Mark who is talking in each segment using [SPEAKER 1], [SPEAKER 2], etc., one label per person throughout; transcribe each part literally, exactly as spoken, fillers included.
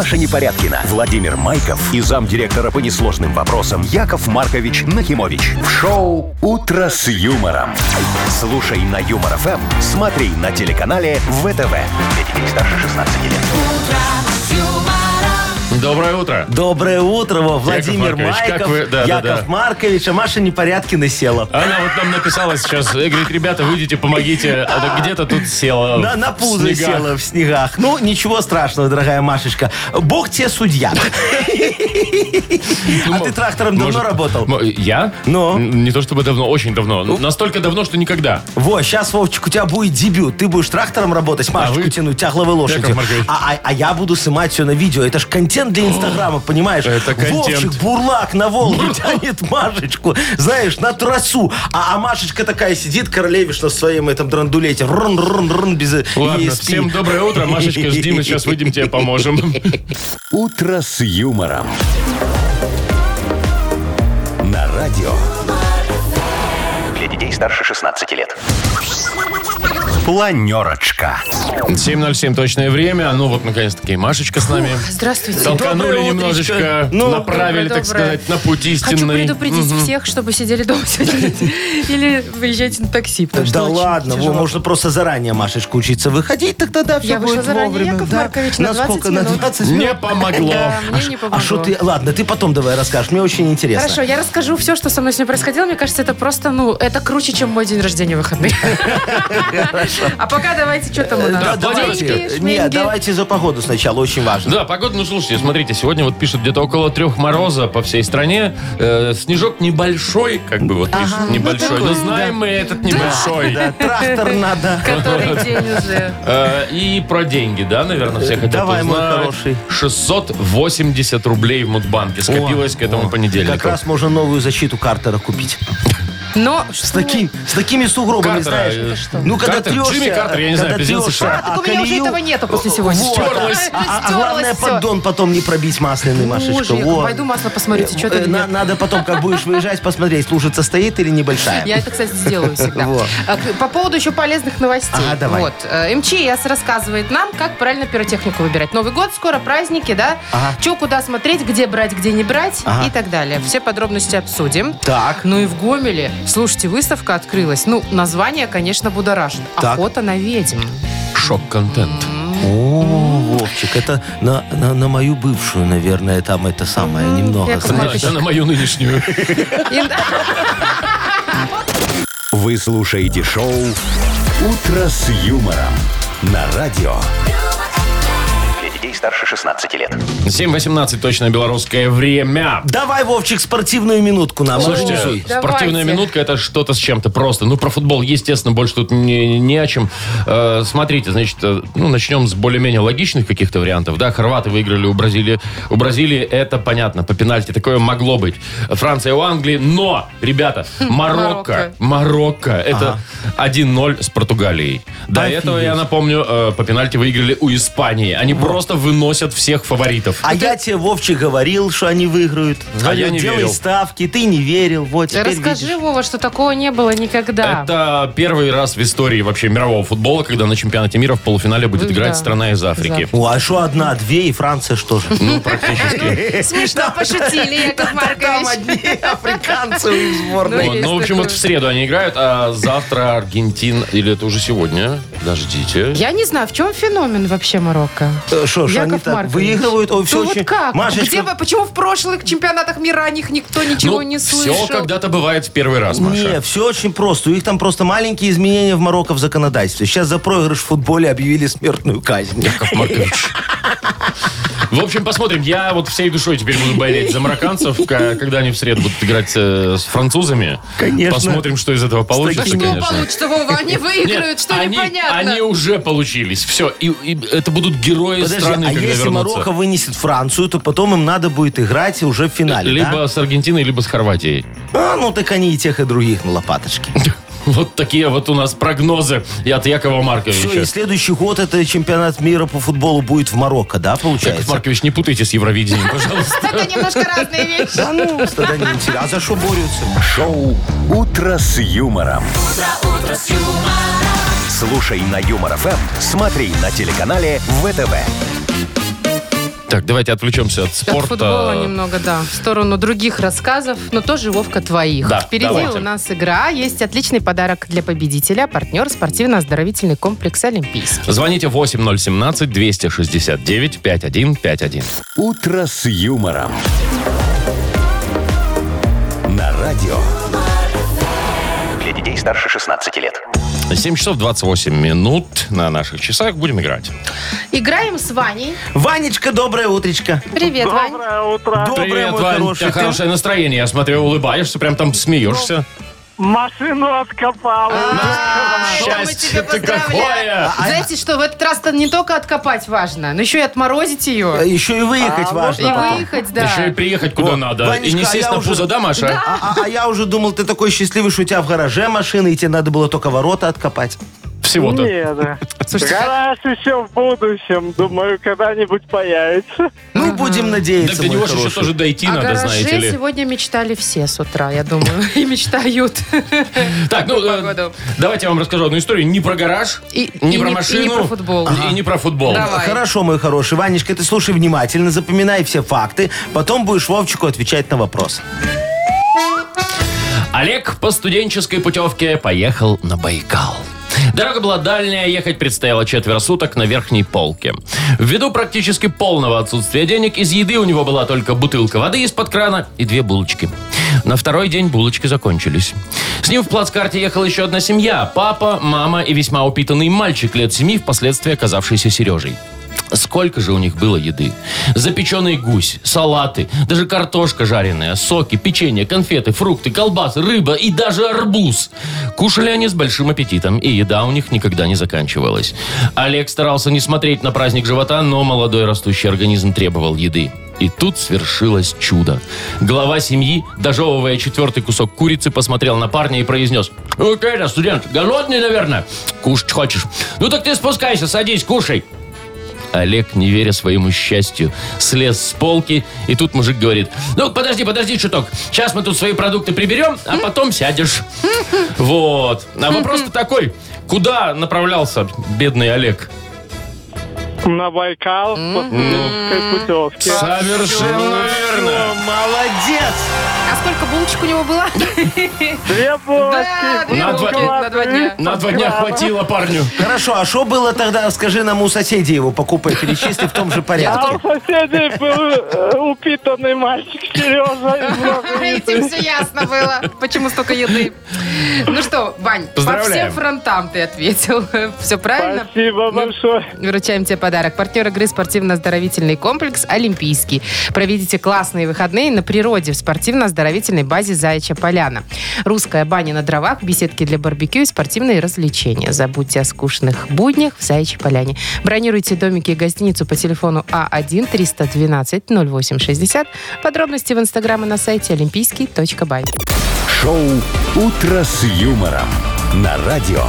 [SPEAKER 1] Маша Непорядкина, Владимир Майков и замдиректора по несложным вопросам Яков Маркович Нахимович. В шоу «Утро с юмором». Слушай на Юмор ФМ, смотри на телеканале ВТВ. Для детей старше шестнадцати лет.
[SPEAKER 2] Доброе утро.
[SPEAKER 3] Доброе утро, во, Владимир
[SPEAKER 2] Яков Маркович,
[SPEAKER 3] Майков,
[SPEAKER 2] как вы? Да,
[SPEAKER 3] Яков
[SPEAKER 2] да, да.
[SPEAKER 3] Маркович, а Маша Непорядкина села.
[SPEAKER 2] Она вот нам написала сейчас, говорит, ребята, выйдите, помогите. А где-то тут села
[SPEAKER 3] На, на
[SPEAKER 2] в
[SPEAKER 3] пузо
[SPEAKER 2] снегах.
[SPEAKER 3] села в снегах. Ну, ничего страшного, дорогая Машечка. Бог тебе судья. А ты трактором давно
[SPEAKER 2] Может,
[SPEAKER 3] работал?
[SPEAKER 2] м- Я?
[SPEAKER 3] Ну?
[SPEAKER 2] Н- Не то чтобы давно, очень давно. Настолько давно, что никогда.
[SPEAKER 3] Во, сейчас, Вовчик, у тебя будет дебют. Ты будешь трактором работать, Машечку
[SPEAKER 2] вы?
[SPEAKER 3] тянуть, тягловой лошадью.
[SPEAKER 2] Яков Маркович.
[SPEAKER 3] А, а- а я буду снимать все на видео. Это ж контент для Инстаграма, понимаешь?
[SPEAKER 2] Это контент.
[SPEAKER 3] Вовчик, бурлак на Волгу тянет Машечку, знаешь, на трассу. А, а Машечка такая сидит, королевишна в своем этом драндулете. Рун-рун-рун, без и
[SPEAKER 2] Ладно,
[SPEAKER 3] спи.
[SPEAKER 2] всем доброе утро. Машечка, жди, мы сейчас выйдем, тебе поможем.
[SPEAKER 1] «Утро с юмором». На радио. Для детей старше шестнадцати лет. Планерочка.
[SPEAKER 2] семь ноль семь точное время. Ну вот, наконец-таки, и Машечка с нами.
[SPEAKER 4] Здравствуйте.
[SPEAKER 2] Толканули
[SPEAKER 3] Доброе
[SPEAKER 2] немножечко,
[SPEAKER 3] утречко. Ну,
[SPEAKER 2] направили,
[SPEAKER 4] доброе,
[SPEAKER 2] так
[SPEAKER 4] доброе.
[SPEAKER 2] сказать, на путь
[SPEAKER 4] Хочу
[SPEAKER 2] истинный.
[SPEAKER 4] предупредить всех, чтобы сидели дома сегодня. Или выезжайте на такси. потому что
[SPEAKER 3] Да
[SPEAKER 4] очень
[SPEAKER 3] ладно, во,
[SPEAKER 4] тяжело.
[SPEAKER 3] можно просто заранее, Машечка, учиться выходить, так тогда все
[SPEAKER 4] Я вышла
[SPEAKER 3] будет
[SPEAKER 4] заранее,
[SPEAKER 3] вовремя.
[SPEAKER 4] Яков
[SPEAKER 3] Да.
[SPEAKER 4] Маркович, на двадцать
[SPEAKER 3] сколько? На
[SPEAKER 4] минут.
[SPEAKER 3] двадцать минут?
[SPEAKER 2] Не помогло.
[SPEAKER 4] Да, мне не помогло.
[SPEAKER 3] А что ты... Ладно, ты потом давай расскажешь, мне очень интересно.
[SPEAKER 4] Хорошо, я расскажу все, что со мной сегодня происходило. Мне кажется, это просто, ну, это круче, чем мой день рождения в выходные. А пока давайте, что там у
[SPEAKER 3] Да,
[SPEAKER 4] нас?
[SPEAKER 3] давайте.
[SPEAKER 4] Деньги,
[SPEAKER 3] Нет,
[SPEAKER 4] шменьги.
[SPEAKER 3] давайте за погоду сначала, очень важно.
[SPEAKER 2] Да, погода, ну слушайте, смотрите, сегодня вот пишут где-то около трех мороза по всей стране. Э, снежок небольшой, как бы вот пишут, небольшой. Но знаем мы этот небольшой.
[SPEAKER 3] Да, трактор надо.
[SPEAKER 4] Который день уже.
[SPEAKER 2] Э, и про деньги, да, наверное, все хотят
[SPEAKER 3] Давай, мой
[SPEAKER 2] узнать.
[SPEAKER 3] хороший.
[SPEAKER 2] шестьсот восемьдесят рублей в Мудбанке скопилось к этому
[SPEAKER 3] О,
[SPEAKER 2] понедельнику.
[SPEAKER 3] Как раз можно новую защиту Картера купить.
[SPEAKER 4] Но
[SPEAKER 3] С, таким, с такими сугробами,
[SPEAKER 2] Картера,
[SPEAKER 3] знаешь.
[SPEAKER 2] это
[SPEAKER 4] что?
[SPEAKER 3] Ну, когда
[SPEAKER 2] Картер?
[SPEAKER 3] трешься...
[SPEAKER 2] Джимми Картер, я не знаю,
[SPEAKER 3] когда
[SPEAKER 2] президент
[SPEAKER 3] трешься,
[SPEAKER 2] США.
[SPEAKER 4] А, так у меня уже
[SPEAKER 3] колею-
[SPEAKER 4] этого нету после сегодняшнего.
[SPEAKER 2] Стерлась.
[SPEAKER 3] А, а главное, поддон потом не пробить масляный, Машечка.
[SPEAKER 4] Боже, Яков,
[SPEAKER 3] Во.
[SPEAKER 4] пойду масло посмотрите, что
[SPEAKER 3] Э,
[SPEAKER 4] там.
[SPEAKER 3] на- Надо потом, как будешь выезжать, посмотреть, лужица стоит или небольшая.
[SPEAKER 4] Я это, кстати, сделаю всегда.
[SPEAKER 3] Вот.
[SPEAKER 4] А, к- По поводу еще полезных новостей.
[SPEAKER 3] Ага, давай.
[SPEAKER 4] Вот. э, МЧС рассказывает нам, как правильно пиротехнику выбирать. Новый год, скоро праздники, да?
[SPEAKER 3] Ага.
[SPEAKER 4] Че, куда смотреть, где брать, где не брать
[SPEAKER 3] Ага.
[SPEAKER 4] и так далее. Все подробности обсудим.
[SPEAKER 3] Так.
[SPEAKER 4] Ну и в Гомеле, слушайте, выставка открылась. Ну, название, конечно, будоражит.
[SPEAKER 3] Так.
[SPEAKER 4] Охота на ведьм.
[SPEAKER 2] Шок-контент.
[SPEAKER 3] О, Вовчик, это на, на, на мою бывшую, наверное, там это самое, немного.
[SPEAKER 4] Яков
[SPEAKER 3] знаешь.
[SPEAKER 4] Маркович.
[SPEAKER 2] Да, на мою нынешнюю.
[SPEAKER 4] И-
[SPEAKER 1] Вы слушаете шоу «Утро с юмором» на радио. Для детей старше шестнадцати лет.
[SPEAKER 2] семь восемнадцать точное белорусское время.
[SPEAKER 3] Давай, Вовчик, спортивную минутку нам
[SPEAKER 2] Слушайте,
[SPEAKER 3] организуй.
[SPEAKER 2] спортивная
[SPEAKER 4] Давайте.
[SPEAKER 2] минутка — это что-то с чем-то просто. Ну, про футбол, естественно, больше тут не, не о чем. Э, смотрите, значит, э, ну, начнем с более-менее логичных каких-то вариантов. Да, хорваты выиграли у Бразилии. У Бразилии это понятно, по пенальти такое могло быть. Франция у Англии, но, ребята, Марокко, Марокко, это один ноль с Португалией. До
[SPEAKER 3] Офигеть.
[SPEAKER 2] этого, я напомню, э, по пенальти выиграли у Испании. Они просто выносят всех фаворитов.
[SPEAKER 3] А я тебе, Вовчик, говорил, что они выиграют.
[SPEAKER 2] А я не
[SPEAKER 3] Делай
[SPEAKER 2] верил.
[SPEAKER 3] ставки, ты не верил. Вот, теперь
[SPEAKER 4] Расскажи,
[SPEAKER 3] видишь.
[SPEAKER 4] Вова, что такого не было никогда.
[SPEAKER 2] Это первый раз в истории вообще мирового футбола, когда на чемпионате мира в полуфинале будет
[SPEAKER 4] Да.
[SPEAKER 2] играть страна из Африки.
[SPEAKER 3] О, а что одна, две и Франция что же?
[SPEAKER 2] Ну, практически.
[SPEAKER 4] Смешно пошутили, Яков
[SPEAKER 3] Там
[SPEAKER 4] Маркович.
[SPEAKER 3] одни африканцы в сборной.
[SPEAKER 4] Ну,
[SPEAKER 2] Вот,
[SPEAKER 4] есть
[SPEAKER 2] ну, в общем,
[SPEAKER 4] такое.
[SPEAKER 2] вот в среду они играют, а завтра Аргентина, или это уже сегодня? Подождите.
[SPEAKER 4] Я не знаю, в чем феномен вообще Марокко?
[SPEAKER 3] Что, что они
[SPEAKER 4] Яков
[SPEAKER 3] так
[SPEAKER 4] Маркович.
[SPEAKER 3] выигрывают? О, все
[SPEAKER 4] Ну
[SPEAKER 3] очень...
[SPEAKER 4] вот как?
[SPEAKER 3] Машечка,
[SPEAKER 4] Где вы- почему в прошлых чемпионатах мира о них никто ничего
[SPEAKER 2] Ну,
[SPEAKER 4] не слышал?
[SPEAKER 2] все когда-то бывает в первый раз, Маша.
[SPEAKER 3] Не, все очень просто. У них там просто маленькие изменения в Марокко в законодательстве. Сейчас за проигрыш в футболе объявили смертную казнь.
[SPEAKER 2] Яков Маркович. В общем, посмотрим. Я вот всей душой теперь буду болеть за марокканцев, ка- когда они в среду будут играть э, с французами.
[SPEAKER 3] Конечно.
[SPEAKER 2] Посмотрим, что из этого получится,
[SPEAKER 3] такими-
[SPEAKER 4] Что
[SPEAKER 2] конечно.
[SPEAKER 4] получится, Вова? Они выиграют,
[SPEAKER 2] Нет,
[SPEAKER 4] что
[SPEAKER 2] они,
[SPEAKER 4] непонятно?
[SPEAKER 2] они уже получились. Все. И, и это будут герои
[SPEAKER 3] Подожди,
[SPEAKER 2] страны,
[SPEAKER 3] а
[SPEAKER 2] когда
[SPEAKER 3] если
[SPEAKER 2] вернутся.
[SPEAKER 3] Марокко вынесет Францию, то потом им надо будет играть уже в финале,
[SPEAKER 2] Либо
[SPEAKER 3] да?
[SPEAKER 2] с Аргентиной, либо с Хорватией.
[SPEAKER 3] А, ну так они и тех, и других на лопаточке.
[SPEAKER 2] Вот такие вот у нас прогнозы и от Якова
[SPEAKER 3] Все, и
[SPEAKER 2] Марковича.
[SPEAKER 3] следующий год это чемпионат мира по футболу будет в Марокко, да,
[SPEAKER 2] Яков
[SPEAKER 3] получается?
[SPEAKER 2] Маркович, не путайте с Евровидением, пожалуйста.
[SPEAKER 4] Это немножко разные вещи.
[SPEAKER 3] Да ну, тогда не интересно. А за что борются?
[SPEAKER 1] Шоу «Утро с юмором». Слушай на Юмор ФМ, смотри на телеканале ВТВ.
[SPEAKER 2] Так, давайте отвлечемся от
[SPEAKER 4] От
[SPEAKER 2] спорта.
[SPEAKER 4] футбола немного, да, в сторону других рассказов, но тоже, Вовка, твоих.
[SPEAKER 2] Да,
[SPEAKER 4] Впереди
[SPEAKER 2] давайте.
[SPEAKER 4] у нас игра. Есть отличный подарок для победителя. Партнер спортивно-оздоровительный комплекс «Олимпийский».
[SPEAKER 2] Звоните восемь ноль семнадцать двести шестьдесят девять пятьдесят один пятьдесят один.
[SPEAKER 1] «Утро с юмором». На радио. Для детей старше шестнадцати лет.
[SPEAKER 2] семь часов двадцать восемь минут на наших часах. Будем играть.
[SPEAKER 4] Играем с Ваней.
[SPEAKER 3] Ванечка, доброе утречко.
[SPEAKER 4] Привет, Вань.
[SPEAKER 5] Доброе утро.
[SPEAKER 3] Доброе,
[SPEAKER 2] Привет,
[SPEAKER 3] мой
[SPEAKER 2] Вань. У
[SPEAKER 3] хороший.
[SPEAKER 2] тебя
[SPEAKER 3] Ты-
[SPEAKER 2] хорошее настроение. Я смотрю, улыбаешься, прям там смеешься.
[SPEAKER 5] Машину откопал.
[SPEAKER 2] Счастье ты какое!
[SPEAKER 4] Знаете что, в этот раз-то не только откопать важно, но еще и отморозить ее.
[SPEAKER 3] А Еще и выехать
[SPEAKER 5] А,
[SPEAKER 3] важно.
[SPEAKER 4] И
[SPEAKER 3] потом.
[SPEAKER 4] выехать, да.
[SPEAKER 2] Еще и приехать куда
[SPEAKER 3] Вот.
[SPEAKER 2] надо.
[SPEAKER 3] Ванечка,
[SPEAKER 2] и не
[SPEAKER 3] а
[SPEAKER 2] сесть
[SPEAKER 3] я
[SPEAKER 2] на
[SPEAKER 3] уже-
[SPEAKER 2] пузо, да, Маша?
[SPEAKER 3] А, а- а я уже думал, ты такой счастливый, что у тебя в гараже машина, и тебе надо было только ворота откопать.
[SPEAKER 2] Всего-то.
[SPEAKER 5] Нет, да.
[SPEAKER 4] Слушайте,
[SPEAKER 5] Гараж еще в будущем. Думаю, когда-нибудь появится.
[SPEAKER 3] Ну, будем надеяться,
[SPEAKER 2] Так до
[SPEAKER 3] мой
[SPEAKER 2] него же еще
[SPEAKER 3] хороший.
[SPEAKER 2] тоже дойти
[SPEAKER 4] о
[SPEAKER 2] надо, знаете
[SPEAKER 4] гараже
[SPEAKER 2] ли.
[SPEAKER 4] сегодня мечтали все с утра, я думаю. И мечтают.
[SPEAKER 2] Так, ну,
[SPEAKER 4] Такую
[SPEAKER 2] э,
[SPEAKER 4] погоду.
[SPEAKER 2] давайте я вам расскажу одну историю. Не про гараж,
[SPEAKER 4] И-
[SPEAKER 2] не
[SPEAKER 4] и
[SPEAKER 2] про
[SPEAKER 4] не- и
[SPEAKER 2] машину.
[SPEAKER 4] не про футбол.
[SPEAKER 2] И не про футбол.
[SPEAKER 4] Давай.
[SPEAKER 3] Хорошо, мой хороший. Ванечка, ты слушай внимательно, запоминай все факты, потом будешь Вовчику отвечать на вопрос.
[SPEAKER 2] Олег по студенческой путевке поехал на Байкал. Дорога была дальняя, ехать предстояло четверо суток на верхней полке. Ввиду практически полного отсутствия денег, из еды у него была только бутылка воды из-под крана и две булочки. На второй день булочки закончились. С ним в плацкарте ехала еще одна семья. Папа, мама и весьма упитанный мальчик лет семи, впоследствии оказавшийся Сережей. Сколько же у них было еды. Запеченный гусь, салаты, даже картошка жареная, соки, печенье, конфеты, фрукты, колбасы, рыба и даже арбуз. Кушали они с большим аппетитом, и еда у них никогда не заканчивалась. Олег старался не смотреть на праздник живота, но молодой растущий организм требовал еды. И тут свершилось чудо. Глава семьи, дожевывая четвертый кусок курицы, посмотрел на парня и произнес: «Ну, ты это, студент, голодный, наверное? Кушать хочешь? Ну так ты спускайся, садись, кушай». Олег, не веря своему счастью, слез с полки, и тут мужик говорит: «Ну, подожди, подожди чуток. Сейчас мы тут свои продукты приберем, а потом сядешь». Вот. А вопрос-то такой: куда направлялся бедный Олег?
[SPEAKER 5] На Байкал по студенческой путевке.
[SPEAKER 2] Совершенно верно.
[SPEAKER 3] Молодец!
[SPEAKER 4] А сколько булочек у него было?
[SPEAKER 5] Две булочки.
[SPEAKER 4] две
[SPEAKER 2] На
[SPEAKER 4] булки
[SPEAKER 2] два-
[SPEAKER 4] на два дня.
[SPEAKER 2] На два дня хватило парню.
[SPEAKER 3] Хорошо, а что было тогда, скажи нам, у соседей его покупай, перечисли в том же
[SPEAKER 5] А
[SPEAKER 3] порядке.
[SPEAKER 5] у соседей был э, упитанный мальчик Сережа. из много
[SPEAKER 4] Этим
[SPEAKER 5] еды.
[SPEAKER 4] все ясно было. Почему столько еды? Ну что, Вань, по
[SPEAKER 2] Поздравляем.
[SPEAKER 4] всем фронтам ты ответил. Все правильно?
[SPEAKER 5] Спасибо большое.
[SPEAKER 4] Вручаем тебе подарок. Партнер игры спортивно-оздоровительный комплекс «Олимпийский». Проведите классные выходные на природе в спортивно-оздоровительной базе «Заячья поляна». Русская баня на дровах, беседки для барбекю и спортивные развлечения. Забудьте о скучных буднях в «Заячьей поляне». Бронируйте домики и гостиницу по телефону А один триста двенадцать ноль восемь шестьдесят. Подробности в инстаграм и на сайте олимпийский точка бай.
[SPEAKER 1] Шоу «Утро с юмором» на радио.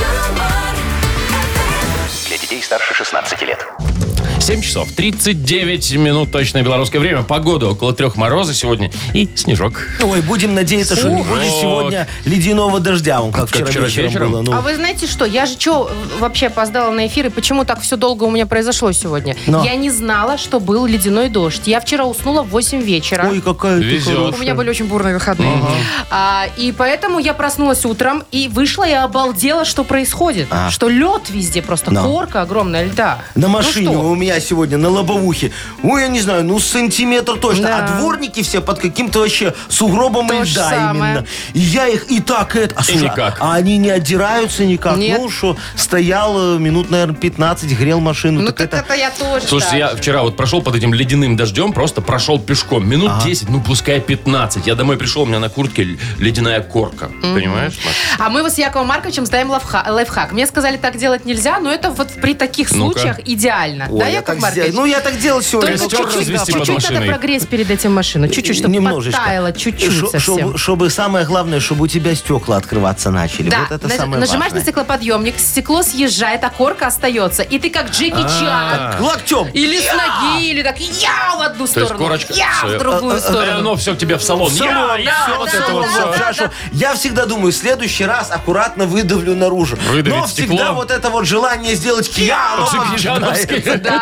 [SPEAKER 1] Для детей старше шестнадцати лет.
[SPEAKER 2] семь часов тридцать девять минут, точное белорусское время. Погода около трех мороза сегодня и снежок.
[SPEAKER 3] Ой, будем надеяться, что не будет
[SPEAKER 2] Ох.
[SPEAKER 3] сегодня ледяного дождя, он как,
[SPEAKER 2] Как
[SPEAKER 3] вчера,
[SPEAKER 2] вчера
[SPEAKER 3] вечером,
[SPEAKER 2] вечером?
[SPEAKER 3] было. Ну,
[SPEAKER 4] А вы знаете что? Я же что вообще опоздала на эфир, и почему так все долго у меня произошло сегодня?
[SPEAKER 3] Но.
[SPEAKER 4] Я не знала, что был ледяной дождь. Я вчера уснула в восемь вечера.
[SPEAKER 3] Ой, какая ты
[SPEAKER 2] Везет.
[SPEAKER 3] хорошая.
[SPEAKER 4] У меня были очень бурные выходные. А, и поэтому я проснулась утром и вышла и обалдела, что происходит.
[SPEAKER 3] А.
[SPEAKER 4] Что лед везде, просто
[SPEAKER 3] Но.
[SPEAKER 4] корка огромная льда.
[SPEAKER 3] На
[SPEAKER 4] Ну
[SPEAKER 3] машине
[SPEAKER 4] что?
[SPEAKER 3] у меня сегодня на лобовухе. Ой, я не знаю, ну сантиметр точно.
[SPEAKER 4] Да.
[SPEAKER 3] А дворники все под каким-то вообще сугробом
[SPEAKER 4] То же
[SPEAKER 3] льда
[SPEAKER 4] самое.
[SPEAKER 3] именно. И я их и так это... А, слушай,
[SPEAKER 2] никак.
[SPEAKER 3] а они не отдираются никак.
[SPEAKER 4] Нет.
[SPEAKER 3] Ну что, стоял э, минут, наверное, пятнадцать, грел машину.
[SPEAKER 4] Ну
[SPEAKER 3] так
[SPEAKER 4] так это я тоже.
[SPEAKER 2] Слушайте, я
[SPEAKER 4] так же.
[SPEAKER 2] вчера вот прошел под этим ледяным дождем, просто прошел пешком. Минут десять, ну пускай пятнадцать. Я домой пришел, у меня на куртке л- ледяная корка. Понимаешь, Маш?
[SPEAKER 4] А мы вот с Яковом Марковичем ставим лайфха- лайфхак. Мне сказали, так делать нельзя, но это вот при таких
[SPEAKER 2] Ну-ка.
[SPEAKER 4] случаях идеально.
[SPEAKER 3] Ой,
[SPEAKER 4] да,
[SPEAKER 3] я
[SPEAKER 4] Яков
[SPEAKER 3] так
[SPEAKER 4] Маркович?
[SPEAKER 3] сделал. Ну, я так делал сегодня.
[SPEAKER 4] Только
[SPEAKER 3] ну,
[SPEAKER 2] Костер
[SPEAKER 4] чуть-чуть,
[SPEAKER 2] развести под
[SPEAKER 4] чуть-чуть надо
[SPEAKER 2] машиной.
[SPEAKER 4] прогреть перед этим машину. Чуть-чуть, чтобы
[SPEAKER 3] Немножечко.
[SPEAKER 4] подтаяло, чуть-чуть
[SPEAKER 3] Шо-
[SPEAKER 4] совсем.
[SPEAKER 3] Чтобы, чтобы самое главное, чтобы у тебя стекла открываться начали.
[SPEAKER 4] Да,
[SPEAKER 3] Вот это
[SPEAKER 4] наж-
[SPEAKER 3] самое
[SPEAKER 4] нажимаешь
[SPEAKER 3] важное.
[SPEAKER 4] на стеклоподъемник, стекло съезжает, а корка остается. И ты как Джеки Чан.
[SPEAKER 3] Локтем.
[SPEAKER 4] Или с ноги, или так я в одну
[SPEAKER 2] То есть
[SPEAKER 4] сторону,
[SPEAKER 2] корочка-
[SPEAKER 4] я
[SPEAKER 2] всё,
[SPEAKER 4] в другую
[SPEAKER 2] И
[SPEAKER 4] сторону.
[SPEAKER 2] оно все к тебе в салон.
[SPEAKER 3] В
[SPEAKER 2] Я,
[SPEAKER 3] салон,
[SPEAKER 2] я,
[SPEAKER 3] всё,
[SPEAKER 2] вот
[SPEAKER 4] да,
[SPEAKER 2] это
[SPEAKER 4] да,
[SPEAKER 2] вот
[SPEAKER 4] да,
[SPEAKER 2] все.
[SPEAKER 4] да.
[SPEAKER 3] Хорошо. Я всегда думаю, в следующий раз аккуратно выдавлю наружу.
[SPEAKER 2] Выдавить
[SPEAKER 3] Но всегда
[SPEAKER 2] стекло.
[SPEAKER 3] вот это вот желание сделать кья, оно
[SPEAKER 2] Джеки
[SPEAKER 3] побеждает.
[SPEAKER 2] Чановские.
[SPEAKER 4] Да,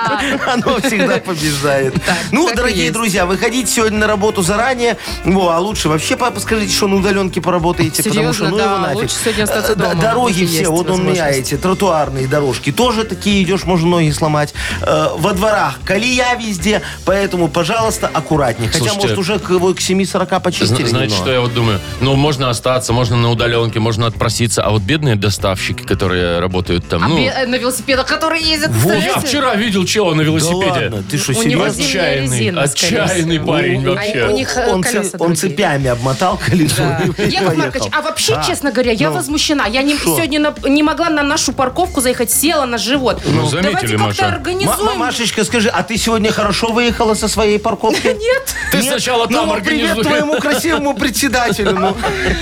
[SPEAKER 3] Оно всегда побеждает. Ну,
[SPEAKER 4] так и
[SPEAKER 3] дорогие
[SPEAKER 4] есть.
[SPEAKER 3] друзья, выходите сегодня на работу заранее. Во, а лучше вообще по- скажите, что на удаленке поработаете. Потому что,
[SPEAKER 4] Серьезно,
[SPEAKER 3] ну
[SPEAKER 4] да,
[SPEAKER 3] его нафиг.
[SPEAKER 4] лучше сегодня остаться
[SPEAKER 3] Э, д-
[SPEAKER 4] дома,
[SPEAKER 3] Дороги
[SPEAKER 4] если
[SPEAKER 3] все,
[SPEAKER 4] есть
[SPEAKER 3] вот он меня
[SPEAKER 4] возможность.
[SPEAKER 3] эти тротуарные дорожки тоже такие идешь, можно ноги сломать. Э, Во дворах колея везде, поэтому, пожалуйста, аккуратнее. Хотя,
[SPEAKER 2] Слушайте,
[SPEAKER 3] может, уже к, к семи сорока почистили
[SPEAKER 2] Зна- Знаете,
[SPEAKER 3] немного.
[SPEAKER 2] что я вот думаю? Ну, можно остаться, можно на удаленке, можно отпроситься. А вот бедные доставщики, которые работают там,
[SPEAKER 4] А
[SPEAKER 2] ну...
[SPEAKER 4] бе- э, на велосипедах, которые ездят,
[SPEAKER 2] Вот, я
[SPEAKER 4] представляете?
[SPEAKER 2] вчера видел чела на
[SPEAKER 3] Да
[SPEAKER 2] велосипеде.
[SPEAKER 3] ладно, ты что,
[SPEAKER 4] У него
[SPEAKER 3] серьезно?
[SPEAKER 4] зимняя
[SPEAKER 2] Отчаянный,
[SPEAKER 4] резина, скорее
[SPEAKER 2] отчаянный
[SPEAKER 4] всего.
[SPEAKER 2] парень
[SPEAKER 4] У-
[SPEAKER 2] вообще.
[SPEAKER 4] у них э,
[SPEAKER 3] он,
[SPEAKER 4] колеса
[SPEAKER 3] цеп- он
[SPEAKER 4] другие.
[SPEAKER 3] цепями обмотал колесо.
[SPEAKER 2] Да.
[SPEAKER 3] и
[SPEAKER 4] Яков
[SPEAKER 3] поехал.
[SPEAKER 4] Маркович, а вообще, честно говоря, я возмущена. Я не,
[SPEAKER 3] Шо?
[SPEAKER 4] сегодня на- не могла на нашу парковку заехать, села на живот.
[SPEAKER 2] Ну, заметили,
[SPEAKER 4] Давайте как-то
[SPEAKER 2] Маша.
[SPEAKER 3] Ма-
[SPEAKER 4] организуем.
[SPEAKER 3] Машечка, скажи, а ты сегодня хорошо выехала со своей парковки?
[SPEAKER 4] Нет.
[SPEAKER 2] Ты
[SPEAKER 3] Нет?
[SPEAKER 2] сначала там
[SPEAKER 3] Ну, вот привет
[SPEAKER 2] организуй.
[SPEAKER 3] твоему красивому председателю. ну.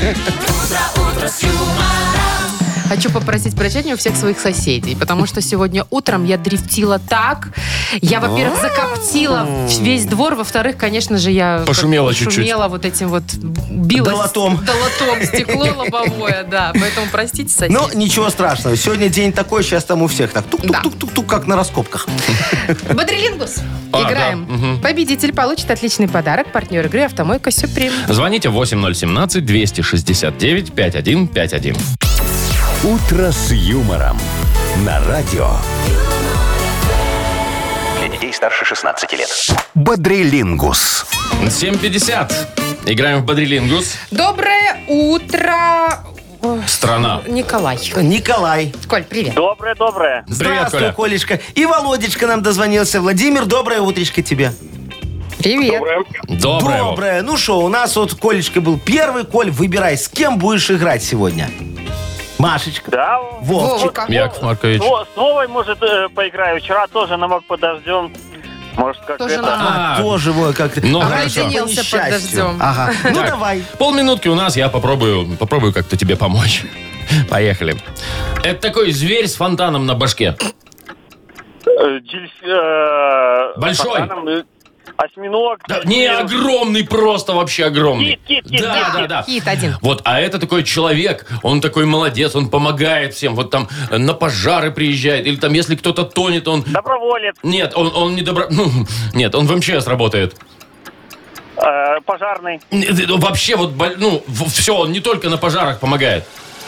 [SPEAKER 4] Хочу попросить прощения у всех своих соседей, потому что сегодня утром я дрифтила так. Я, во-первых, закоптила весь двор, во-вторых, конечно же, я
[SPEAKER 2] Пошумела
[SPEAKER 4] как-
[SPEAKER 2] чуть-чуть.
[SPEAKER 4] Шумела вот этим вот билась.
[SPEAKER 3] Долотом.
[SPEAKER 4] Долотом, стекло лобовое, да. Поэтому простите, соседи.
[SPEAKER 3] Ну, ничего страшного. Сегодня день такой, сейчас там у всех так.
[SPEAKER 4] Да.
[SPEAKER 3] Тук-тук-тук-тук, как на раскопках.
[SPEAKER 4] Бодрилингус.
[SPEAKER 2] А,
[SPEAKER 4] Играем.
[SPEAKER 2] да, мгм.
[SPEAKER 4] Победитель получит отличный подарок. Партнер игры «Автомойка Сюприм».
[SPEAKER 2] Звоните восемь ноль семнадцать двести шестьдесят девять пятьдесят один пятьдесят один.
[SPEAKER 1] «Утро с юмором» на радио.
[SPEAKER 6] Для детей старше шестнадцати лет.
[SPEAKER 1] Бодрилингус.
[SPEAKER 2] семь пятьдесят. Играем в Бодрилингус.
[SPEAKER 4] Доброе утро, Ой,
[SPEAKER 2] Страна.
[SPEAKER 4] Николай.
[SPEAKER 3] Николай.
[SPEAKER 4] Коль, привет.
[SPEAKER 5] Доброе-доброе.
[SPEAKER 2] Привет,
[SPEAKER 3] Здравствуй,
[SPEAKER 2] Коля.
[SPEAKER 3] Колечка. И Володечка нам дозвонился. Владимир, доброе утречко тебе.
[SPEAKER 4] Привет.
[SPEAKER 2] Доброе. Вов.
[SPEAKER 3] Доброе. Ну что, у нас вот Колечка был первый. Коль, выбирай, с кем будешь играть сегодня. Машечка.
[SPEAKER 5] Да.
[SPEAKER 3] Вовчик.
[SPEAKER 4] Вовка.
[SPEAKER 2] Яков Маркович.
[SPEAKER 5] С с Вовой, может, э, поиграю. Вчера тоже намок под дождем. Может, как
[SPEAKER 4] Тоже
[SPEAKER 5] это...
[SPEAKER 4] намок.
[SPEAKER 2] А,
[SPEAKER 3] Тоже, вот как
[SPEAKER 2] Ну,
[SPEAKER 3] Ага,
[SPEAKER 2] хорошо.
[SPEAKER 4] Обледенелся
[SPEAKER 3] по
[SPEAKER 4] под
[SPEAKER 3] несчастью.
[SPEAKER 4] дождем.
[SPEAKER 3] Ага. Ну,
[SPEAKER 2] Так,
[SPEAKER 3] давай.
[SPEAKER 2] Полминутки у нас, я попробую, попробую как-то тебе помочь. Поехали. Это такой зверь с фонтаном на башке.
[SPEAKER 5] э, дельф- э,
[SPEAKER 2] Большой.
[SPEAKER 5] фонтаном, э, Осьминог.
[SPEAKER 2] Да, не, огромный, просто вообще огромный.
[SPEAKER 5] Кит, кит, кит,
[SPEAKER 2] да,
[SPEAKER 5] кит,
[SPEAKER 2] да,
[SPEAKER 5] кит.
[SPEAKER 2] да.
[SPEAKER 4] Кит один.
[SPEAKER 2] Вот, а это такой человек, он такой молодец, он помогает всем. Вот там э, на пожары приезжает, или там, если кто-то тонет, он...
[SPEAKER 5] Доброволец.
[SPEAKER 2] Нет, он, он не добро... Ну, нет, он в МЧС работает.
[SPEAKER 5] э, Пожарный.
[SPEAKER 2] Нет, это Вообще, вот, боль- ну, все, он не только на пожарах помогает.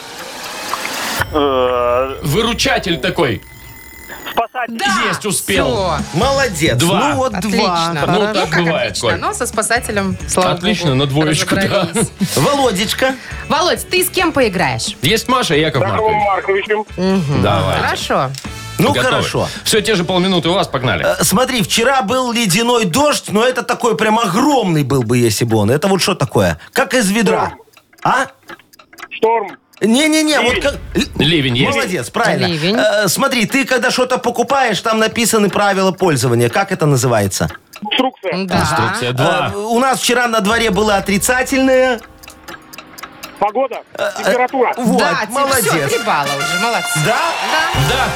[SPEAKER 5] э,
[SPEAKER 2] Выручатель такой.
[SPEAKER 5] Спасатель.
[SPEAKER 2] Есть, успел.
[SPEAKER 4] Всё.
[SPEAKER 3] Молодец.
[SPEAKER 2] Два.
[SPEAKER 3] Ну вот
[SPEAKER 4] Отлично.
[SPEAKER 3] два.
[SPEAKER 2] Ну,
[SPEAKER 3] Хорошо.
[SPEAKER 2] так
[SPEAKER 4] как
[SPEAKER 2] бывает,
[SPEAKER 4] отлично.
[SPEAKER 2] Коль.
[SPEAKER 4] Но со спасателем, слава
[SPEAKER 2] Отлично,
[SPEAKER 4] богу,
[SPEAKER 2] на двоечку, да.
[SPEAKER 4] разобрались.
[SPEAKER 3] Володечка.
[SPEAKER 4] Володь, ты с кем поиграешь?
[SPEAKER 2] Есть Маша и Яков
[SPEAKER 5] Яковом
[SPEAKER 2] Маркович.
[SPEAKER 5] Марковичем.
[SPEAKER 2] Давай.
[SPEAKER 4] Хорошо.
[SPEAKER 3] Ну,
[SPEAKER 2] Готовы?
[SPEAKER 3] хорошо.
[SPEAKER 2] Все, те же полминуты у вас, погнали.
[SPEAKER 3] Э, Смотри, вчера был ледяной дождь, но это такой прям огромный был бы, если бы он. Это вот что такое? Как из ведра. А?
[SPEAKER 5] Шторм.
[SPEAKER 3] Не-не-не, вот
[SPEAKER 5] Ливень.
[SPEAKER 3] как...
[SPEAKER 2] Ливень есть.
[SPEAKER 3] Молодец, правильно.
[SPEAKER 4] Ливень.
[SPEAKER 3] Э, смотри, ты когда что-то покупаешь, там написаны правила пользования. Как это называется?
[SPEAKER 5] Инструкция.
[SPEAKER 4] Да.
[SPEAKER 2] Инструкция два.
[SPEAKER 3] Э, у нас вчера на дворе было отрицательное.
[SPEAKER 5] Погода. Температура.
[SPEAKER 3] Вот,
[SPEAKER 4] Да, тебе
[SPEAKER 3] молодец.
[SPEAKER 4] всё, три балла уже, молодцы.
[SPEAKER 3] Да?
[SPEAKER 4] Да.
[SPEAKER 2] Да.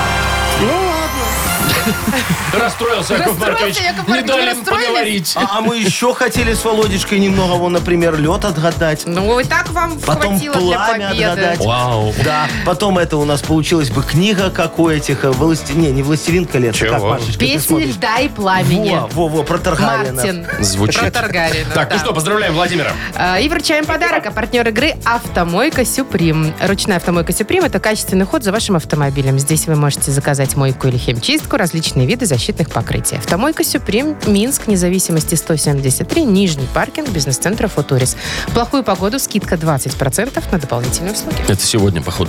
[SPEAKER 2] Расстроился Яков
[SPEAKER 4] Расстроился,
[SPEAKER 2] Маркович.
[SPEAKER 4] Яков
[SPEAKER 2] Не
[SPEAKER 4] Маркович,
[SPEAKER 2] дали им
[SPEAKER 4] расстроились?
[SPEAKER 2] поговорить.
[SPEAKER 3] А, а мы еще хотели с Володечкой немного, вон, например, лед отгадать.
[SPEAKER 4] Ну, и так вам
[SPEAKER 3] Потом
[SPEAKER 4] хватило для
[SPEAKER 3] пламя
[SPEAKER 4] победы.
[SPEAKER 3] отгадать.
[SPEAKER 2] Вау.
[SPEAKER 3] Да, потом это у нас получилась бы книга, как у этих, э, власти... не, не «Властелин колец», а
[SPEAKER 2] Чего?
[SPEAKER 3] как, Машечка, ты
[SPEAKER 4] Песни
[SPEAKER 3] смотришь?
[SPEAKER 4] льда и пламени.
[SPEAKER 3] Во, во, во, про Таргариена.
[SPEAKER 4] Мартин.
[SPEAKER 2] Звучит.
[SPEAKER 4] Про Таргариена,
[SPEAKER 2] Так, ну
[SPEAKER 4] да.
[SPEAKER 2] что, поздравляем Владимира.
[SPEAKER 4] А, И вручаем подарок. А партнер игры «Автомойка Сюприм». Ручная «Автомойка Сюприм» — это качественный уход за вашим автомобилем. Здесь вы можете заказать мойку или химчистку, различные виды защитных покрытий. «Автомойка Сюприм», Минск, независимости сто семьдесят три, Нижний паркинг, бизнес-центр «Футурис». В плохую погоду скидка двадцать процентов на дополнительные услуги.
[SPEAKER 2] Это сегодня, походу.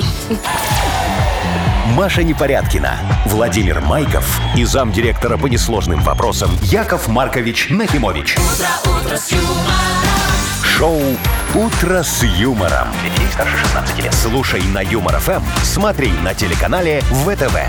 [SPEAKER 1] Маша Непорядкина, Владимир Майков и замдиректора по несложным вопросам Яков Маркович Нахимович. Шоу «Утро с юмором».
[SPEAKER 6] Для детей старше шестнадцати лет.
[SPEAKER 1] Слушай на Юмор ФМ, смотри на телеканале ВТВ.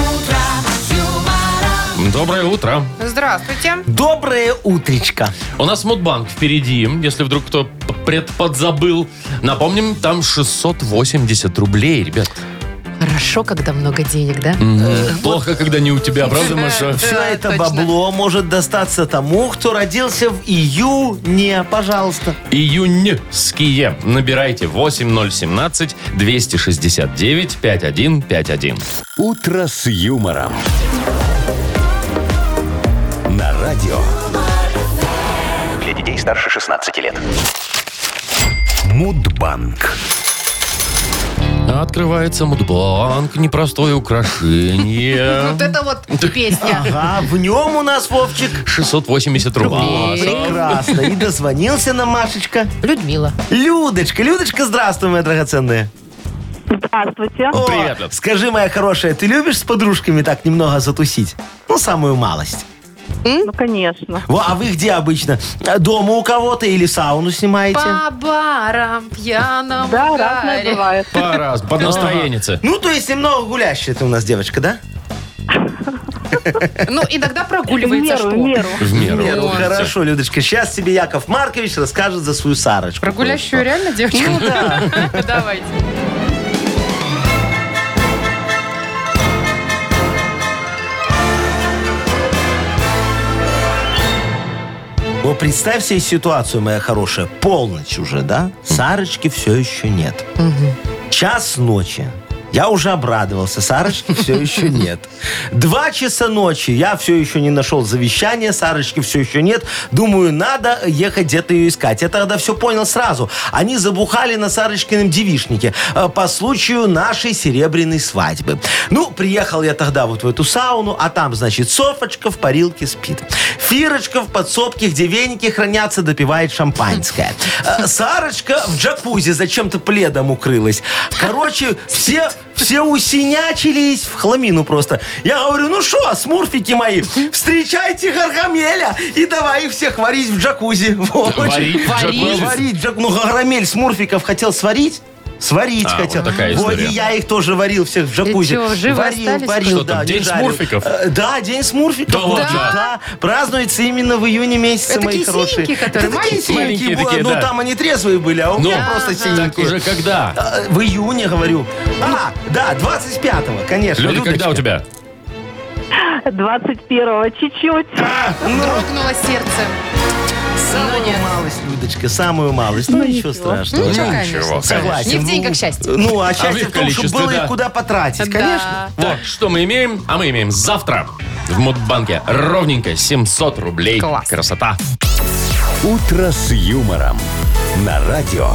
[SPEAKER 2] Доброе утро.
[SPEAKER 4] Здравствуйте.
[SPEAKER 3] Доброе утречко.
[SPEAKER 2] У нас Мудбанк впереди, если вдруг кто п- предподзабыл. Напомним, там шестьсот восемьдесят рублей, ребят.
[SPEAKER 4] Хорошо, когда много денег, да?
[SPEAKER 2] Плохо, когда не у тебя, правда, Маша?
[SPEAKER 3] Все
[SPEAKER 4] Да,
[SPEAKER 3] это
[SPEAKER 4] точно.
[SPEAKER 3] бабло может достаться тому, кто родился в июне. Пожалуйста.
[SPEAKER 2] Июньские. Набирайте восемь ноль семнадцать двести шестьдесят девять пятьдесят один пятьдесят один.
[SPEAKER 1] «Утро с юмором». на радио.
[SPEAKER 6] Для детей старше шестнадцати лет.
[SPEAKER 1] Мудбанк.
[SPEAKER 2] Открывается Мудбанк, непростое украшение.
[SPEAKER 4] Вот это вот песня.
[SPEAKER 3] Ага, в нем у нас, Вовчик,
[SPEAKER 2] шестьсот восемьдесят рублей.
[SPEAKER 3] прекрасно. И дозвонился нам Машечка.
[SPEAKER 4] Людмила.
[SPEAKER 3] Людочка, Людочка, здравствуй, моя драгоценная.
[SPEAKER 5] Здравствуйте.
[SPEAKER 3] О,
[SPEAKER 2] Привет, Люд.
[SPEAKER 3] скажи, моя хорошая, ты любишь с подружками так немного затусить? Ну, самую малость.
[SPEAKER 5] Ну, конечно.
[SPEAKER 3] Во, а вы где обычно? Дома у кого-то или сауну снимаете?
[SPEAKER 4] По барам пьяном
[SPEAKER 5] Да, разное
[SPEAKER 4] гаре.
[SPEAKER 5] бывает.
[SPEAKER 2] По-раз, под настроенице.
[SPEAKER 3] Ну, то есть немного гулящая ты у нас девочка, да?
[SPEAKER 4] Ну, иногда
[SPEAKER 5] В
[SPEAKER 4] прогуливается
[SPEAKER 5] меру,
[SPEAKER 4] что?
[SPEAKER 5] в меру.
[SPEAKER 2] В меру.
[SPEAKER 3] Ну,
[SPEAKER 2] Вот.
[SPEAKER 3] хорошо, Людочка. Сейчас тебе Яков Маркович расскажет за свою Сарочку.
[SPEAKER 4] Про гулящую
[SPEAKER 3] кое-что.
[SPEAKER 4] реально девочку?
[SPEAKER 3] Ну да.
[SPEAKER 4] Давайте.
[SPEAKER 3] Вот представь себе ситуацию, моя хорошая. Полночь уже, да? Сарочки все еще нет. Час ночи. Я уже обрадовался. Сарочки все еще нет. Два часа ночи. Я все еще не нашел завещание. Сарочки все еще нет. Думаю, надо ехать где-то ее искать. Я тогда все понял сразу. Они забухали на Сарочкином девичнике э, по случаю нашей серебряной свадьбы. Ну, приехал я тогда вот в эту сауну, а там, значит, Софочка в парилке спит. Фирочка в подсобке, где веники хранятся, допивает шампанское. Э, Сарочка в джакузи зачем-то пледом укрылась. Короче, все... Все усинячились в хламину просто. Я говорю, ну что, смурфики мои, встречайте Гаргамеля и давай их всех варить в джакузи. Вот.
[SPEAKER 2] Варить в
[SPEAKER 4] Варить.
[SPEAKER 2] джакузи?
[SPEAKER 3] Варить в джакузи. Ну, Гаргамель смурфиков хотел сварить. Сварить
[SPEAKER 2] А,
[SPEAKER 3] хотел.
[SPEAKER 2] вот такая
[SPEAKER 3] Вот,
[SPEAKER 2] история.
[SPEAKER 3] и я их тоже варил всех в джакузи.
[SPEAKER 4] И чё, живы
[SPEAKER 3] варил,
[SPEAKER 4] остались?
[SPEAKER 3] варил,
[SPEAKER 2] Что
[SPEAKER 3] да,
[SPEAKER 2] там,
[SPEAKER 3] не
[SPEAKER 2] день
[SPEAKER 3] жарил.
[SPEAKER 2] смурфиков?
[SPEAKER 3] Э, Да, день смурфиков.
[SPEAKER 2] Да
[SPEAKER 3] Вот,
[SPEAKER 2] ладно?
[SPEAKER 3] да. Празднуется именно в июне месяце,
[SPEAKER 4] Это
[SPEAKER 3] мои
[SPEAKER 4] такие
[SPEAKER 3] хорошие.
[SPEAKER 4] синенькие, которые
[SPEAKER 3] Это такие
[SPEAKER 4] маленькие?
[SPEAKER 3] синенькие,
[SPEAKER 2] Маленькие такие,
[SPEAKER 3] ну
[SPEAKER 2] да.
[SPEAKER 3] там они трезвые были, а у
[SPEAKER 2] Ну,
[SPEAKER 3] меня просто
[SPEAKER 2] так
[SPEAKER 3] синенькие.
[SPEAKER 2] уже когда?
[SPEAKER 3] А, В июне, говорю. А, да, двадцать пятого, конечно.
[SPEAKER 2] Люди, когда у
[SPEAKER 3] Людочка.
[SPEAKER 2] тебя?
[SPEAKER 5] двадцать первого чуть-чуть.
[SPEAKER 4] Дрогнуло сердце.
[SPEAKER 3] Самую
[SPEAKER 4] нет.
[SPEAKER 3] малость, Людочка, самую малость. Ну, ничего страшного.
[SPEAKER 4] Ну, ничего,
[SPEAKER 2] ничего,
[SPEAKER 4] конечно.
[SPEAKER 3] Согласен.
[SPEAKER 4] Не в день,
[SPEAKER 3] Ну,
[SPEAKER 4] как счастье.
[SPEAKER 3] Ну, а
[SPEAKER 2] в
[SPEAKER 3] счастье
[SPEAKER 2] их
[SPEAKER 3] в том, чтобы
[SPEAKER 2] количестве,
[SPEAKER 3] было
[SPEAKER 2] да.
[SPEAKER 3] их куда потратить,
[SPEAKER 4] Да.
[SPEAKER 3] конечно.
[SPEAKER 2] Так, что мы имеем? А мы имеем завтра в Мудбанке ровненько семьсот рублей.
[SPEAKER 4] Класс.
[SPEAKER 2] Красота.
[SPEAKER 1] «Утро с юмором» на радио.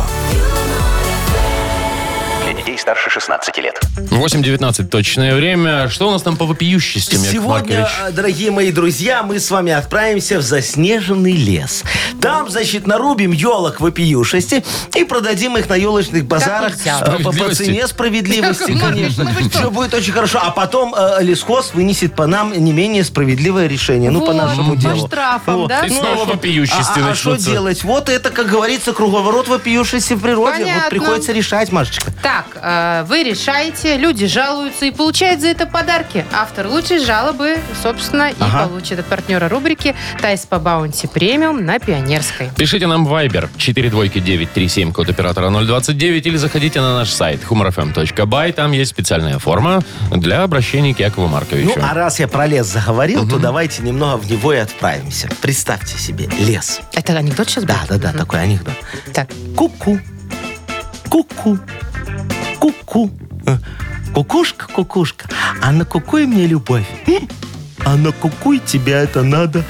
[SPEAKER 6] Для детей старше шестнадцати лет.
[SPEAKER 2] восемь девятнадцать точное время. Что у нас там по вопиющестям, Яков
[SPEAKER 3] Сегодня,
[SPEAKER 2] Маркович?
[SPEAKER 3] э, дорогие мои друзья, мы с вами отправимся в заснеженный лес. Там, значит, нарубим елок вопиюшести и продадим их на елочных базарах
[SPEAKER 4] нельзя.
[SPEAKER 3] э, по, по
[SPEAKER 2] Справедливости?
[SPEAKER 3] цене справедливости,
[SPEAKER 4] Яков Маркович,
[SPEAKER 3] конечно.
[SPEAKER 4] ну вы что?
[SPEAKER 3] Все будет очень хорошо. А потом э, лесхоз вынесет по нам не менее справедливое решение. Ну, по
[SPEAKER 4] Вот,
[SPEAKER 3] нашему
[SPEAKER 4] по
[SPEAKER 3] делу.
[SPEAKER 4] штрафам, да?
[SPEAKER 2] И
[SPEAKER 3] Ну,
[SPEAKER 2] снова
[SPEAKER 3] а шо-
[SPEAKER 2] вопиющести
[SPEAKER 3] а, а что
[SPEAKER 2] начнутся.
[SPEAKER 3] делать? Вот это, как говорится, круговорот вопиюшести в природе.
[SPEAKER 4] Понятно.
[SPEAKER 3] Вот приходится решать, Машечка.
[SPEAKER 4] Так, э, вы решаете, люди жалуются и получают за это подарки. Автор лучшей жалобы, собственно, и
[SPEAKER 3] Ага.
[SPEAKER 4] получит от партнера рубрики «Тайс по баунти премиум» на Пионерской.
[SPEAKER 2] Пишите нам в Viber четыре двойки девять три семь, код оператора ноль двадцать девять, или заходите на наш сайт humor f m точка by. Там есть специальная форма для обращения к Якову
[SPEAKER 3] Ну,
[SPEAKER 2] Марковичу.
[SPEAKER 3] а раз я про лес заговорил, то давайте немного в него и отправимся. Представьте себе, лес.
[SPEAKER 4] Это анекдот сейчас
[SPEAKER 3] Да,
[SPEAKER 4] будет?
[SPEAKER 3] да, да, такой анекдот.
[SPEAKER 4] Так,
[SPEAKER 3] Ку-ку, ку-ку, ку-ку. Э, Кукушка, кукушка, а на кукуй мне любовь. М? А на кукуй тебя это надо.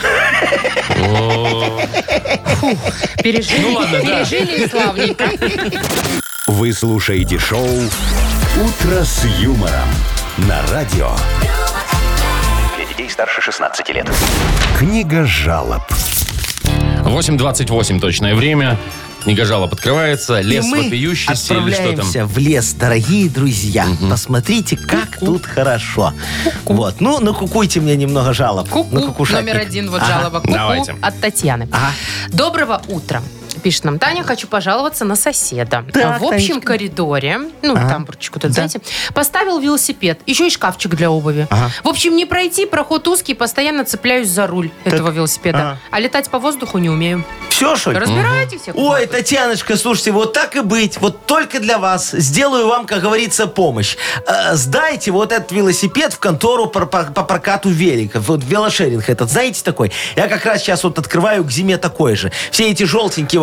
[SPEAKER 4] пережили,
[SPEAKER 2] Ну ладно, да.
[SPEAKER 4] пережили и славненько.
[SPEAKER 1] Вы слушаете шоу «Утро с юмором» на радио.
[SPEAKER 6] Для детей старше шестнадцати лет.
[SPEAKER 1] Книга жалоб.
[SPEAKER 2] восемь двадцать восемь точное время. Книга жалоб открывается. Лес
[SPEAKER 3] И мы
[SPEAKER 2] вопиющести или что там?
[SPEAKER 3] отправляемся в лес, дорогие друзья. Посмотрите, как тут хорошо. Вот, ну, накукуйте мне немного жалоб.
[SPEAKER 4] Ку-ку.
[SPEAKER 3] На кукушатник.
[SPEAKER 4] Номер один, вот
[SPEAKER 3] Ага.
[SPEAKER 4] жалоба. Ку-ку
[SPEAKER 2] Давайте.
[SPEAKER 4] от Татьяны.
[SPEAKER 3] Ага.
[SPEAKER 4] Доброго утра. Пишет нам Таня, хочу пожаловаться на соседа.
[SPEAKER 3] Так,
[SPEAKER 4] в общем
[SPEAKER 3] Танечка.
[SPEAKER 4] коридоре, ну,
[SPEAKER 3] Ага.
[SPEAKER 4] тамбурчик вот этот,
[SPEAKER 3] Да.
[SPEAKER 4] знаете, поставил велосипед, еще и шкафчик для обуви.
[SPEAKER 3] Ага.
[SPEAKER 4] В общем, не пройти, проход узкий, постоянно цепляюсь за руль этого велосипеда.
[SPEAKER 3] ага.
[SPEAKER 4] А летать по воздуху не умею.
[SPEAKER 3] Все, что ли?
[SPEAKER 4] Разбираетесь? Яков
[SPEAKER 3] Ой,
[SPEAKER 4] Маркович?
[SPEAKER 3] Татьяночка, слушайте, вот так и быть. Вот только для вас сделаю вам, как говорится, помощь. Э, сдайте вот этот велосипед в контору по, по- по прокату великов. Вот велошеринг этот, знаете, такой. Я как раз сейчас вот открываю к зиме такой же. Все эти желтенькие его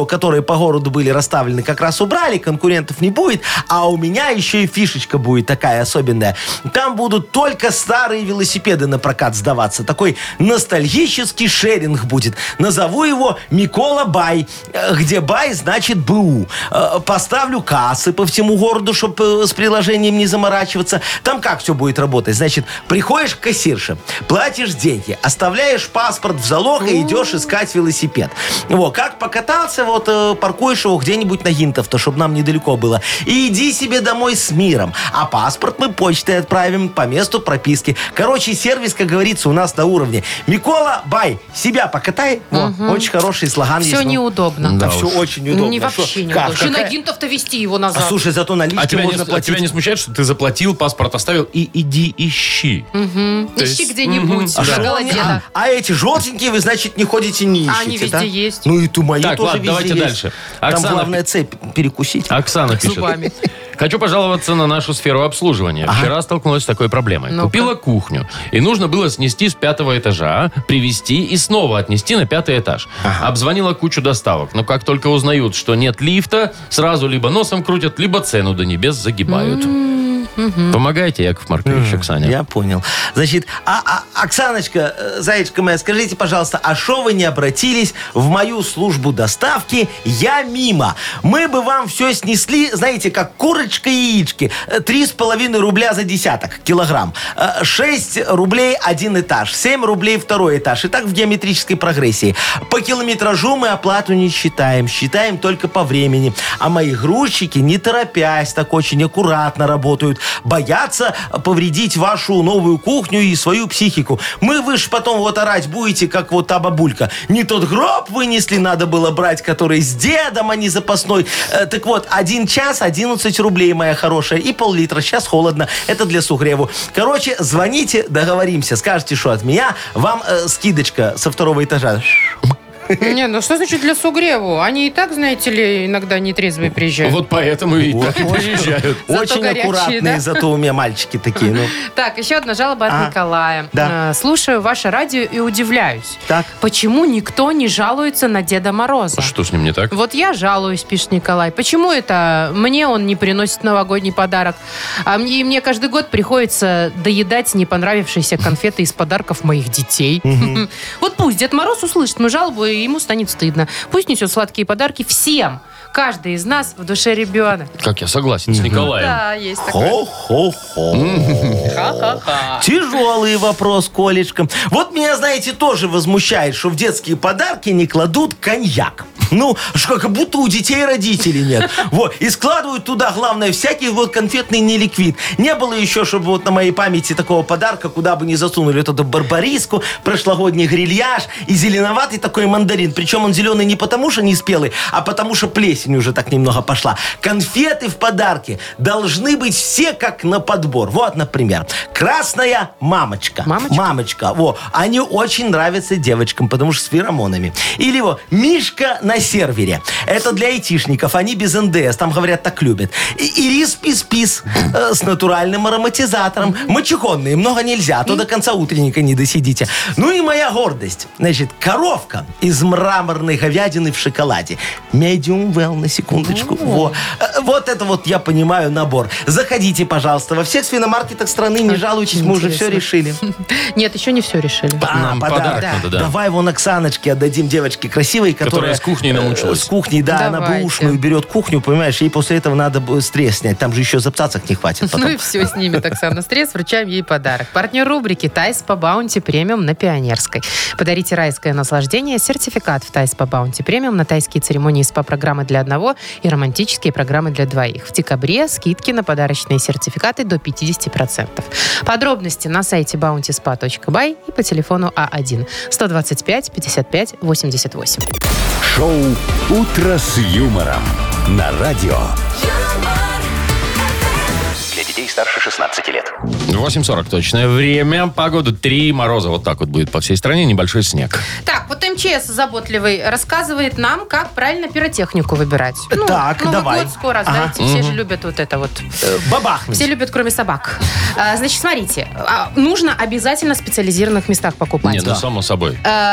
[SPEAKER 3] которые по городу были расставлены, как раз убрали, конкурентов не будет. А у меня еще и фишечка будет такая особенная. Там будут только старые велосипеды на прокат сдаваться. Такой ностальгический шеринг будет. Назову его Микола Бай. Э, Где Бай, значит БУ. Э, Поставлю кассы по всему городу, чтобы с приложением не заморачиваться. Там как все будет работать? Значит, приходишь к кассирше, платишь деньги, оставляешь паспорт в залог и идешь искать велосипед. Вот, как покатался, вот э, паркуешь его где-нибудь на Гинтов-то, чтобы нам недалеко было. И иди себе домой с миром. А паспорт мы почтой отправим по месту прописки. Короче, сервис, как говорится, у нас на уровне. Микола Бай, себя покатай. Во, очень хороший слоган
[SPEAKER 4] Все
[SPEAKER 3] есть. ну.
[SPEAKER 4] неудобно.
[SPEAKER 3] Да, все очень неудобно.
[SPEAKER 4] Не
[SPEAKER 3] Шо-
[SPEAKER 4] вообще не
[SPEAKER 3] как,
[SPEAKER 4] удобно. Еще на
[SPEAKER 3] какая-
[SPEAKER 4] Гинтов-то вести его назад.
[SPEAKER 3] А слушай, зато налички
[SPEAKER 2] А тебя, не,
[SPEAKER 3] можно
[SPEAKER 2] а
[SPEAKER 3] платить.
[SPEAKER 2] тебя не смущает, что ты заплатил, паспорт оставил и иди ищи? То
[SPEAKER 4] Ищи
[SPEAKER 2] есть-
[SPEAKER 4] где-нибудь.
[SPEAKER 3] А,
[SPEAKER 4] на
[SPEAKER 3] шо
[SPEAKER 4] голоде,
[SPEAKER 3] они-
[SPEAKER 4] да.
[SPEAKER 3] а, а эти желтенькие вы, значит, не ходите, не ищете,
[SPEAKER 4] А они везде
[SPEAKER 3] да?
[SPEAKER 4] есть.
[SPEAKER 3] Ну и ту мою
[SPEAKER 2] Так,
[SPEAKER 3] тоже
[SPEAKER 2] ладно,
[SPEAKER 3] везде
[SPEAKER 2] давайте
[SPEAKER 3] есть.
[SPEAKER 2] дальше.
[SPEAKER 3] Там
[SPEAKER 2] Оксана
[SPEAKER 3] главная цепь перекусить.
[SPEAKER 2] Оксана пишет.
[SPEAKER 4] Зубами.
[SPEAKER 2] Хочу пожаловаться на нашу сферу обслуживания. Вчера столкнулась с такой проблемой.
[SPEAKER 4] Ну-ка.
[SPEAKER 2] Купила кухню. И нужно было снести с пятого этажа, привезти и снова отнести на пятый этаж. Обзвонила кучу доставок. Но как только узнают, что нет лифта, сразу либо носом крутят, либо цену до небес загибают. Помогайте, Яков Маркович, Оксане.
[SPEAKER 3] Я понял. Значит, а, а, Оксаночка, э, зайчка моя, скажите, пожалуйста, а шо вы не обратились в мою службу доставки «Я мимо»? Мы бы вам все снесли, знаете, как курочка и яички. Э, Три с половиной рубля за десяток килограмм. Э, Шесть рублей один этаж. Семь рублей второй этаж. И так в геометрической прогрессии. По километражу мы оплату не считаем. Считаем только по времени. А мои грузчики, не торопясь, так очень аккуратно работают. Боятся повредить вашу новую кухню и свою психику. Мы, вы ж потом вот орать будете, как вот та бабулька. Не тот гроб вынесли, надо было брать, который с дедом, а не запасной. Э, так вот, один час одиннадцать рублей, моя хорошая, и пол-литра. Сейчас холодно. Это для сугреву. Короче, звоните, договоримся. Скажете, что от меня. Вам э, скидочка со второго этажа.
[SPEAKER 4] Не, ну что значит для сугреву? Они и так, знаете ли, иногда нетрезвые приезжают.
[SPEAKER 2] Вот поэтому и
[SPEAKER 3] Вот,
[SPEAKER 2] так и
[SPEAKER 3] вот.
[SPEAKER 2] приезжают.
[SPEAKER 4] Зато
[SPEAKER 3] Очень
[SPEAKER 4] горячие,
[SPEAKER 3] аккуратные,
[SPEAKER 4] да?
[SPEAKER 3] зато у меня мальчики такие. Ну.
[SPEAKER 4] Так, еще одна жалоба от
[SPEAKER 3] А,
[SPEAKER 4] Николая.
[SPEAKER 3] да.
[SPEAKER 4] Э, Слушаю ваше радио и удивляюсь.
[SPEAKER 3] Так.
[SPEAKER 4] Почему никто не жалуется на Деда Мороза?
[SPEAKER 2] Что с ним не так?
[SPEAKER 4] Вот я жалуюсь, пишет Николай. Почему это мне он не приносит новогодний подарок, а мне, и мне каждый год приходится доедать не понравившиеся конфеты из подарков моих детей? Вот пусть Дед Мороз услышит мою жалобу, и ему станет стыдно. Пусть несет сладкие подарки всем. Каждый из нас в душе ребенок.
[SPEAKER 2] Как я согласен с Николаем.
[SPEAKER 4] Да, есть такое.
[SPEAKER 3] Хо-хо-хо.
[SPEAKER 4] Ха-ха-ха.
[SPEAKER 3] Тяжелый вопрос, Колечка. Вот меня, знаете, тоже возмущает, что в детские подарки не кладут коньяк. Ну, что, как будто у детей родителей нет. Вот. И складывают туда, главное, всякий вот конфетный неликвид. Не было еще, чтобы вот на моей памяти такого подарка, куда бы ни засунули вот эту барбариску, прошлогодний грильяж и зеленоватый такой мандарин. Причем он зеленый не потому, что не спелый, а потому, что плесень уже так немного пошла. Конфеты в подарке должны быть все как на подбор. Вот, например, красная мамочка.
[SPEAKER 4] Мамочка?
[SPEAKER 3] Мамочка. Во. Они очень нравятся девочкам, потому что с феромонами. Или вот Мишка на сервере. Это для айтишников. Они без эн дэ эс. Там, говорят, так любят. И, и рис-пис-пис э, с натуральным ароматизатором. Мочегонные. Много нельзя, а то до конца утренника не досидите. Ну и моя гордость. Значит, коровка из мраморной говядины в шоколаде. Medium well, на секундочку. Во. Э, Вот это вот, я понимаю, набор. Заходите, пожалуйста. Во всех свиномаркетах страны не жалуйтесь. Мы уже все решили.
[SPEAKER 4] Нет, еще не все решили.
[SPEAKER 3] А,
[SPEAKER 2] Нам подарок надо, да.
[SPEAKER 3] Давай вон Оксаночке отдадим, девочке красивой, которая...
[SPEAKER 2] Которая с кухней намучилась.
[SPEAKER 3] С кухней, да, она
[SPEAKER 4] Давайте.
[SPEAKER 3] бэушную берет кухню, понимаешь, ей после этого надо будет стресс снять. Там же еще за цацок не хватит
[SPEAKER 4] Ну
[SPEAKER 3] потом.
[SPEAKER 4] и все, снимет Оксана стресс, вручаем ей подарок. Партнер рубрики «Тайс по баунти премиум» на Пионерской. Подарите райское наслаждение, сертификат в «Тайс по баунти премиум» на тайские церемонии СПА-программы для одного и романтические программы для двоих. В декабре скидки на подарочные сертификаты до пятьдесят процентов. Подробности на сайте баунти спа точка бай и по телефону А один сто двадцать пять пятьдесят пять восемьдесят восемь.
[SPEAKER 1] Шоу «Утро с юмором» на радио.
[SPEAKER 6] Для детей старше шестнадцати лет.
[SPEAKER 2] восемь сорок точное время. Погода три мороза. Вот так вот будет по всей стране. Небольшой снег.
[SPEAKER 4] Так, вот эм че эс заботливый рассказывает нам, как правильно пиротехнику выбирать. Ну,
[SPEAKER 3] Так,
[SPEAKER 4] Новый
[SPEAKER 3] давай.
[SPEAKER 4] год скоро,
[SPEAKER 3] Ага.
[SPEAKER 4] знаете, все же любят вот это вот.
[SPEAKER 3] Э, Бабахнуть.
[SPEAKER 4] Все любят, кроме собак. А, значит, смотрите, а, нужно обязательно в специализированных местах покупать.
[SPEAKER 2] Не, ну само собой.
[SPEAKER 4] Э,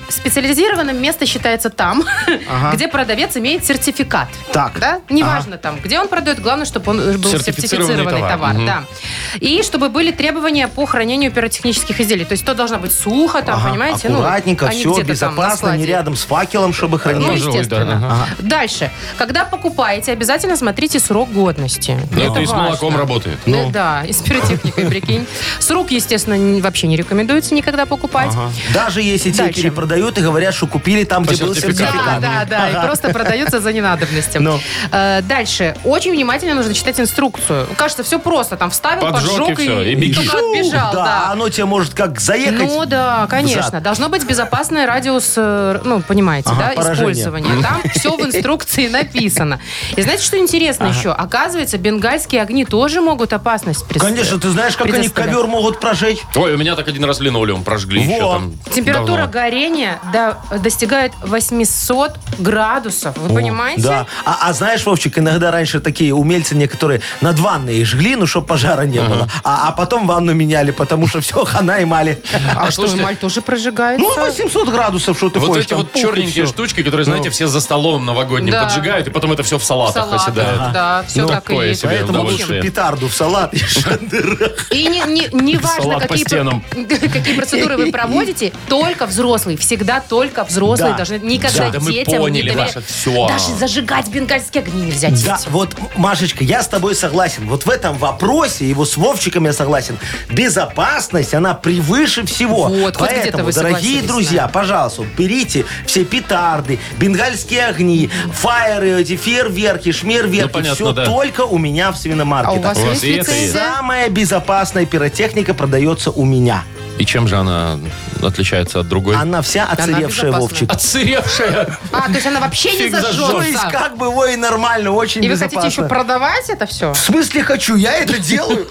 [SPEAKER 4] специализированным место считается там,
[SPEAKER 3] Ага.
[SPEAKER 4] где продавец имеет сертификат.
[SPEAKER 3] Так.
[SPEAKER 4] Да? Неважно там, где он продает, главное, чтобы он был
[SPEAKER 2] Сертифицированный
[SPEAKER 4] сертифицированный
[SPEAKER 2] товар.
[SPEAKER 4] товар.
[SPEAKER 2] Мгм.
[SPEAKER 4] Да. И чтобы были требования по хранению пиротехнических изделий. То есть то должно быть сухо, там,
[SPEAKER 3] Ага,
[SPEAKER 4] понимаете?
[SPEAKER 3] аккуратненько,
[SPEAKER 4] ну, а не
[SPEAKER 3] все
[SPEAKER 4] где-то там на
[SPEAKER 3] безопасно, не
[SPEAKER 4] складе.
[SPEAKER 3] рядом с факелом, чтобы
[SPEAKER 4] Ну,
[SPEAKER 3] хранить.
[SPEAKER 2] Пожалуй, да,
[SPEAKER 4] естественно.
[SPEAKER 2] ага.
[SPEAKER 4] Дальше. Когда покупаете, обязательно смотрите срок годности.
[SPEAKER 2] Ну, это и с
[SPEAKER 4] важно.
[SPEAKER 2] молоком работает.
[SPEAKER 4] Да, да, и с пиротехникой, прикинь. Срок, естественно, н- вообще не рекомендуется никогда покупать.
[SPEAKER 3] Даже если тебе
[SPEAKER 4] Дальше.
[SPEAKER 3] перепродают и говорят, что купили там,
[SPEAKER 2] По
[SPEAKER 3] где был
[SPEAKER 2] сертификату.
[SPEAKER 3] сертификат.
[SPEAKER 4] Да, да, да, и просто продаются за ненадобностью.
[SPEAKER 3] Ну.
[SPEAKER 4] Э, Дальше. Очень внимательно нужно читать инструкцию. Кажется, все просто. Там вставил,
[SPEAKER 2] Поджег,
[SPEAKER 4] поджег
[SPEAKER 2] и всё, и беги.
[SPEAKER 4] только отбежал.
[SPEAKER 3] Да,
[SPEAKER 4] Да.
[SPEAKER 3] оно тебе может как заехать.
[SPEAKER 4] Ну да, конечно.
[SPEAKER 3] взад.
[SPEAKER 4] Должно быть безопасный радиус, э, ну, понимаете,
[SPEAKER 3] Ага,
[SPEAKER 4] да,
[SPEAKER 3] поражение.
[SPEAKER 4] использования. Там все в инструкции написано. И знаете, что интересно еще? Оказывается, бенгальские огни тоже могут опасность прис-
[SPEAKER 3] Конечно, ты знаешь, как они
[SPEAKER 4] предоставлять.
[SPEAKER 3] ковер могут прожечь?
[SPEAKER 2] Ой, у меня так один раз линолеум прожгли еще
[SPEAKER 3] Во.
[SPEAKER 2] там
[SPEAKER 4] Температура
[SPEAKER 2] давно.
[SPEAKER 4] горения до- достигает восемьсот градусов. Вы понимаете?
[SPEAKER 3] Да. А, а знаешь, Вовчик, иногда раньше такие умельцы некоторые над ванной жгли, ну, чтобы пожара не было. А, а потом ванну меняли, потому что все, хана и мали.
[SPEAKER 4] А, что,
[SPEAKER 2] слушайте,
[SPEAKER 4] эмаль тоже прожигается?
[SPEAKER 3] Ну, восемьсот градусов, что ты
[SPEAKER 2] Вот
[SPEAKER 3] хочешь.
[SPEAKER 2] эти
[SPEAKER 3] там
[SPEAKER 2] вот
[SPEAKER 3] пух и
[SPEAKER 2] черненькие
[SPEAKER 3] всё.
[SPEAKER 2] штучки, которые, знаете, все за столом новогодним
[SPEAKER 4] Да.
[SPEAKER 2] поджигают, и потом это все в салатах
[SPEAKER 4] Салат,
[SPEAKER 2] оседает.
[SPEAKER 4] да, все
[SPEAKER 2] Ну,
[SPEAKER 4] так и
[SPEAKER 2] такое
[SPEAKER 4] есть.
[SPEAKER 2] себе
[SPEAKER 3] Поэтому
[SPEAKER 2] удовольствие.
[SPEAKER 3] лучше петарду в салат и шандырах.
[SPEAKER 4] И не, не, не важно,
[SPEAKER 2] Салат по
[SPEAKER 4] какие,
[SPEAKER 2] стенам.
[SPEAKER 4] про- какие процедуры вы проводите, только взрослые. Всегда только взрослые
[SPEAKER 3] Да.
[SPEAKER 4] должны. Никогда
[SPEAKER 2] Да, да мы
[SPEAKER 4] детям
[SPEAKER 2] поняли,
[SPEAKER 4] не доверять.
[SPEAKER 2] Маша, всё.
[SPEAKER 4] Даже зажигать бенгальские огни нельзя
[SPEAKER 3] Да,
[SPEAKER 4] детям.
[SPEAKER 3] вот, Машечка, я с тобой согласен. Вот в этом вопросе, его с Вовчиком я согласен, безопасность, она превыше всего.
[SPEAKER 4] Вот, хоть где-то
[SPEAKER 3] Поэтому,
[SPEAKER 4] вы
[SPEAKER 3] дорогие
[SPEAKER 4] согласились с
[SPEAKER 3] друзья,
[SPEAKER 4] нами.
[SPEAKER 3] пожалуйста, берите все петарды, бенгальские огни, фаеры, эти фейерверки, шмейерверки.
[SPEAKER 2] Ну, понятно,
[SPEAKER 3] все
[SPEAKER 2] да.
[SPEAKER 3] только у меня в
[SPEAKER 4] А у
[SPEAKER 3] свиномаркетах.
[SPEAKER 4] вас,
[SPEAKER 2] У вас
[SPEAKER 4] есть
[SPEAKER 2] и это есть.
[SPEAKER 4] лицензия?
[SPEAKER 3] Самая безопасная пиротехника продается у меня.
[SPEAKER 2] И чем же она отличается от другой?
[SPEAKER 3] Она вся оцаревшая,
[SPEAKER 4] безопасна.
[SPEAKER 3] Вовчик.
[SPEAKER 2] Отсыревшая.
[SPEAKER 4] А, то есть она вообще не
[SPEAKER 2] Фиг зажжется.
[SPEAKER 3] То есть
[SPEAKER 4] зажжется.
[SPEAKER 3] как бы, ой, нормально, очень
[SPEAKER 4] И вы
[SPEAKER 3] безопасно.
[SPEAKER 4] хотите еще продавать это все?
[SPEAKER 3] В смысле хочу? Я это делаю.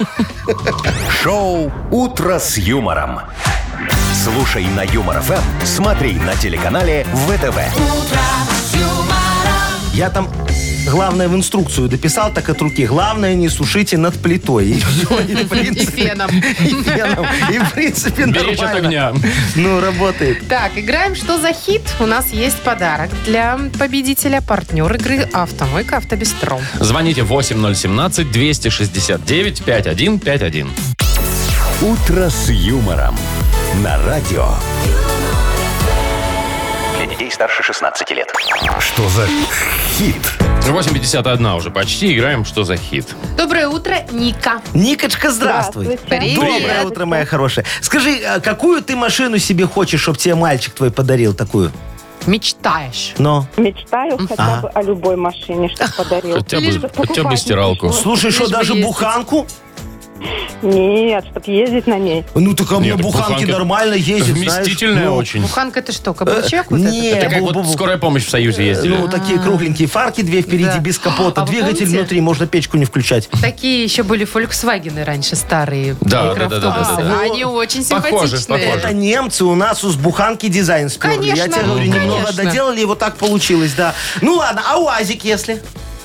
[SPEAKER 1] Шоу «Утро с юмором». Слушай на Юмор ФМ, смотри на телеканале ВТВ.
[SPEAKER 3] Я там главное в инструкцию дописал так от руки. Главное, не сушите над плитой. И всё, и в принципе-
[SPEAKER 4] И феном.
[SPEAKER 3] И феном. И в принципе
[SPEAKER 2] Беречь от
[SPEAKER 3] нормально.
[SPEAKER 2] огня.
[SPEAKER 3] Ну, работает.
[SPEAKER 4] Так, играем «Что за хит?». У нас есть подарок для победителя. Партнер игры «Автомойка Автобестро».
[SPEAKER 2] Звоните восемь ноль семнадцать двести шестьдесят девять пятьдесят один пятьдесят один.
[SPEAKER 1] «Утро с юмором» на радио.
[SPEAKER 6] Для детей старше шестнадцати лет.
[SPEAKER 1] Что за хит?
[SPEAKER 2] восемь пятьдесят один уже почти. Играем «Что за хит?».
[SPEAKER 4] Доброе утро, Ника.
[SPEAKER 3] Никочка, здравствуй.
[SPEAKER 5] Здравствуйте.
[SPEAKER 4] Привет.
[SPEAKER 3] Доброе утро, моя хорошая. Скажи, а какую ты машину себе хочешь, чтобы тебе мальчик твой подарил такую?
[SPEAKER 4] Мечтаешь.
[SPEAKER 3] Но.
[SPEAKER 5] Мечтаю хотя бы о любой машине, что подарил.
[SPEAKER 2] Хотя
[SPEAKER 4] Лишь
[SPEAKER 2] бы,
[SPEAKER 4] бы
[SPEAKER 2] хотя бы
[SPEAKER 5] покупать
[SPEAKER 2] стиралку.
[SPEAKER 5] не пришлось.
[SPEAKER 3] Слушай, что,
[SPEAKER 4] Лишь бы
[SPEAKER 3] даже
[SPEAKER 4] ездить.
[SPEAKER 3] буханку?
[SPEAKER 5] Нет, чтобы ездить на ней.
[SPEAKER 3] Ну, так а мне
[SPEAKER 2] Нет, так
[SPEAKER 3] буханки
[SPEAKER 2] буханка
[SPEAKER 3] нормально ездят, знаешь.
[SPEAKER 2] Вместительная
[SPEAKER 3] Ну,
[SPEAKER 2] очень.
[SPEAKER 4] Буханка это что, каблучок? вот
[SPEAKER 3] Э,
[SPEAKER 4] этот?
[SPEAKER 3] не,
[SPEAKER 2] Это как вот
[SPEAKER 3] бу-бу-бу.
[SPEAKER 2] скорая помощь в Союзе ездили.
[SPEAKER 3] Ну, такие кругленькие фарки, две впереди,
[SPEAKER 4] Да.
[SPEAKER 3] без капота,
[SPEAKER 4] А вы
[SPEAKER 3] двигатель
[SPEAKER 4] помните?
[SPEAKER 3] внутри, можно печку не включать.
[SPEAKER 4] Такие еще были Volkswagen раньше, старые
[SPEAKER 2] Да,
[SPEAKER 4] микроавтобусы.
[SPEAKER 2] да, да, да,
[SPEAKER 3] да, да.
[SPEAKER 4] Они очень
[SPEAKER 2] Похоже,
[SPEAKER 4] симпатичные.
[SPEAKER 2] похоже.
[SPEAKER 3] Это немцы у нас с буханки дизайн сперли. Я
[SPEAKER 4] Конечно,
[SPEAKER 3] тебе говорю,
[SPEAKER 4] ну,
[SPEAKER 3] немного
[SPEAKER 4] конечно.
[SPEAKER 3] доделали, и вот так получилось, да. Ну ладно, а УАЗик если?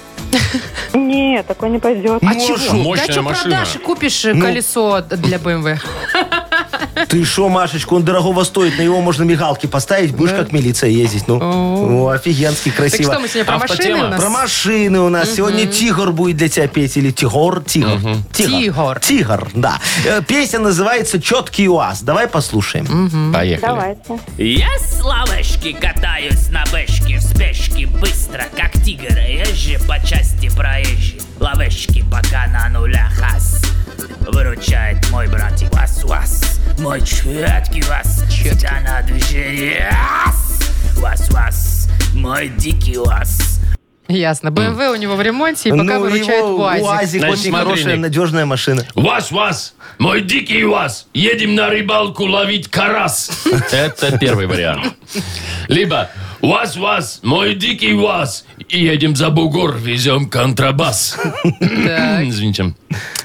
[SPEAKER 5] Нет, такой не пойдет.
[SPEAKER 4] А
[SPEAKER 3] Ну,
[SPEAKER 4] чего?
[SPEAKER 3] шо?
[SPEAKER 2] Мощная
[SPEAKER 4] да что
[SPEAKER 2] машина.
[SPEAKER 4] продашь и купишь э,
[SPEAKER 3] Ну.
[SPEAKER 4] колесо для бэ эм вэ?
[SPEAKER 3] Ты шо, Машечка, он дорогого стоит, на него можно мигалки поставить, будешь как милиция ездить. Ну, О, офигенски
[SPEAKER 4] Так
[SPEAKER 3] красиво.
[SPEAKER 4] что мы сегодня про
[SPEAKER 2] Автотема.
[SPEAKER 4] машины у нас?
[SPEAKER 3] Про машины у нас. Сегодня Тигр будет для тебя петь. Или Тигор? Тигр.
[SPEAKER 4] Тигр.
[SPEAKER 3] Тигр, да. Э, Песня называется «Четкий УАЗ». Давай послушаем.
[SPEAKER 2] Поехали.
[SPEAKER 5] Давайте.
[SPEAKER 7] Я с лавочки катаюсь на бэшке в спешке быстро, как тигр, езжи по части проезжей. Лавочки пока на нулях ас. Выручает мой братик Вас-Вас. Мой четкий Вас. Тебя на движение ас. Вас-Вас. Мой дикий Вас.
[SPEAKER 4] Ясно. бэ эм вэ у него в ремонте и пока
[SPEAKER 3] Ну,
[SPEAKER 4] выручает
[SPEAKER 3] его
[SPEAKER 4] УАЗик.
[SPEAKER 3] УАЗик
[SPEAKER 2] Значит,
[SPEAKER 3] очень
[SPEAKER 2] смотри,
[SPEAKER 3] хорошая,
[SPEAKER 2] Ник.
[SPEAKER 3] надежная машина.
[SPEAKER 2] Вас, вас, мой дикий вас, едем на рыбалку ловить карась. Это первый вариант. Либо вас, вас, мой дикий вас, и едем за бугор, везем контрабас. Извините.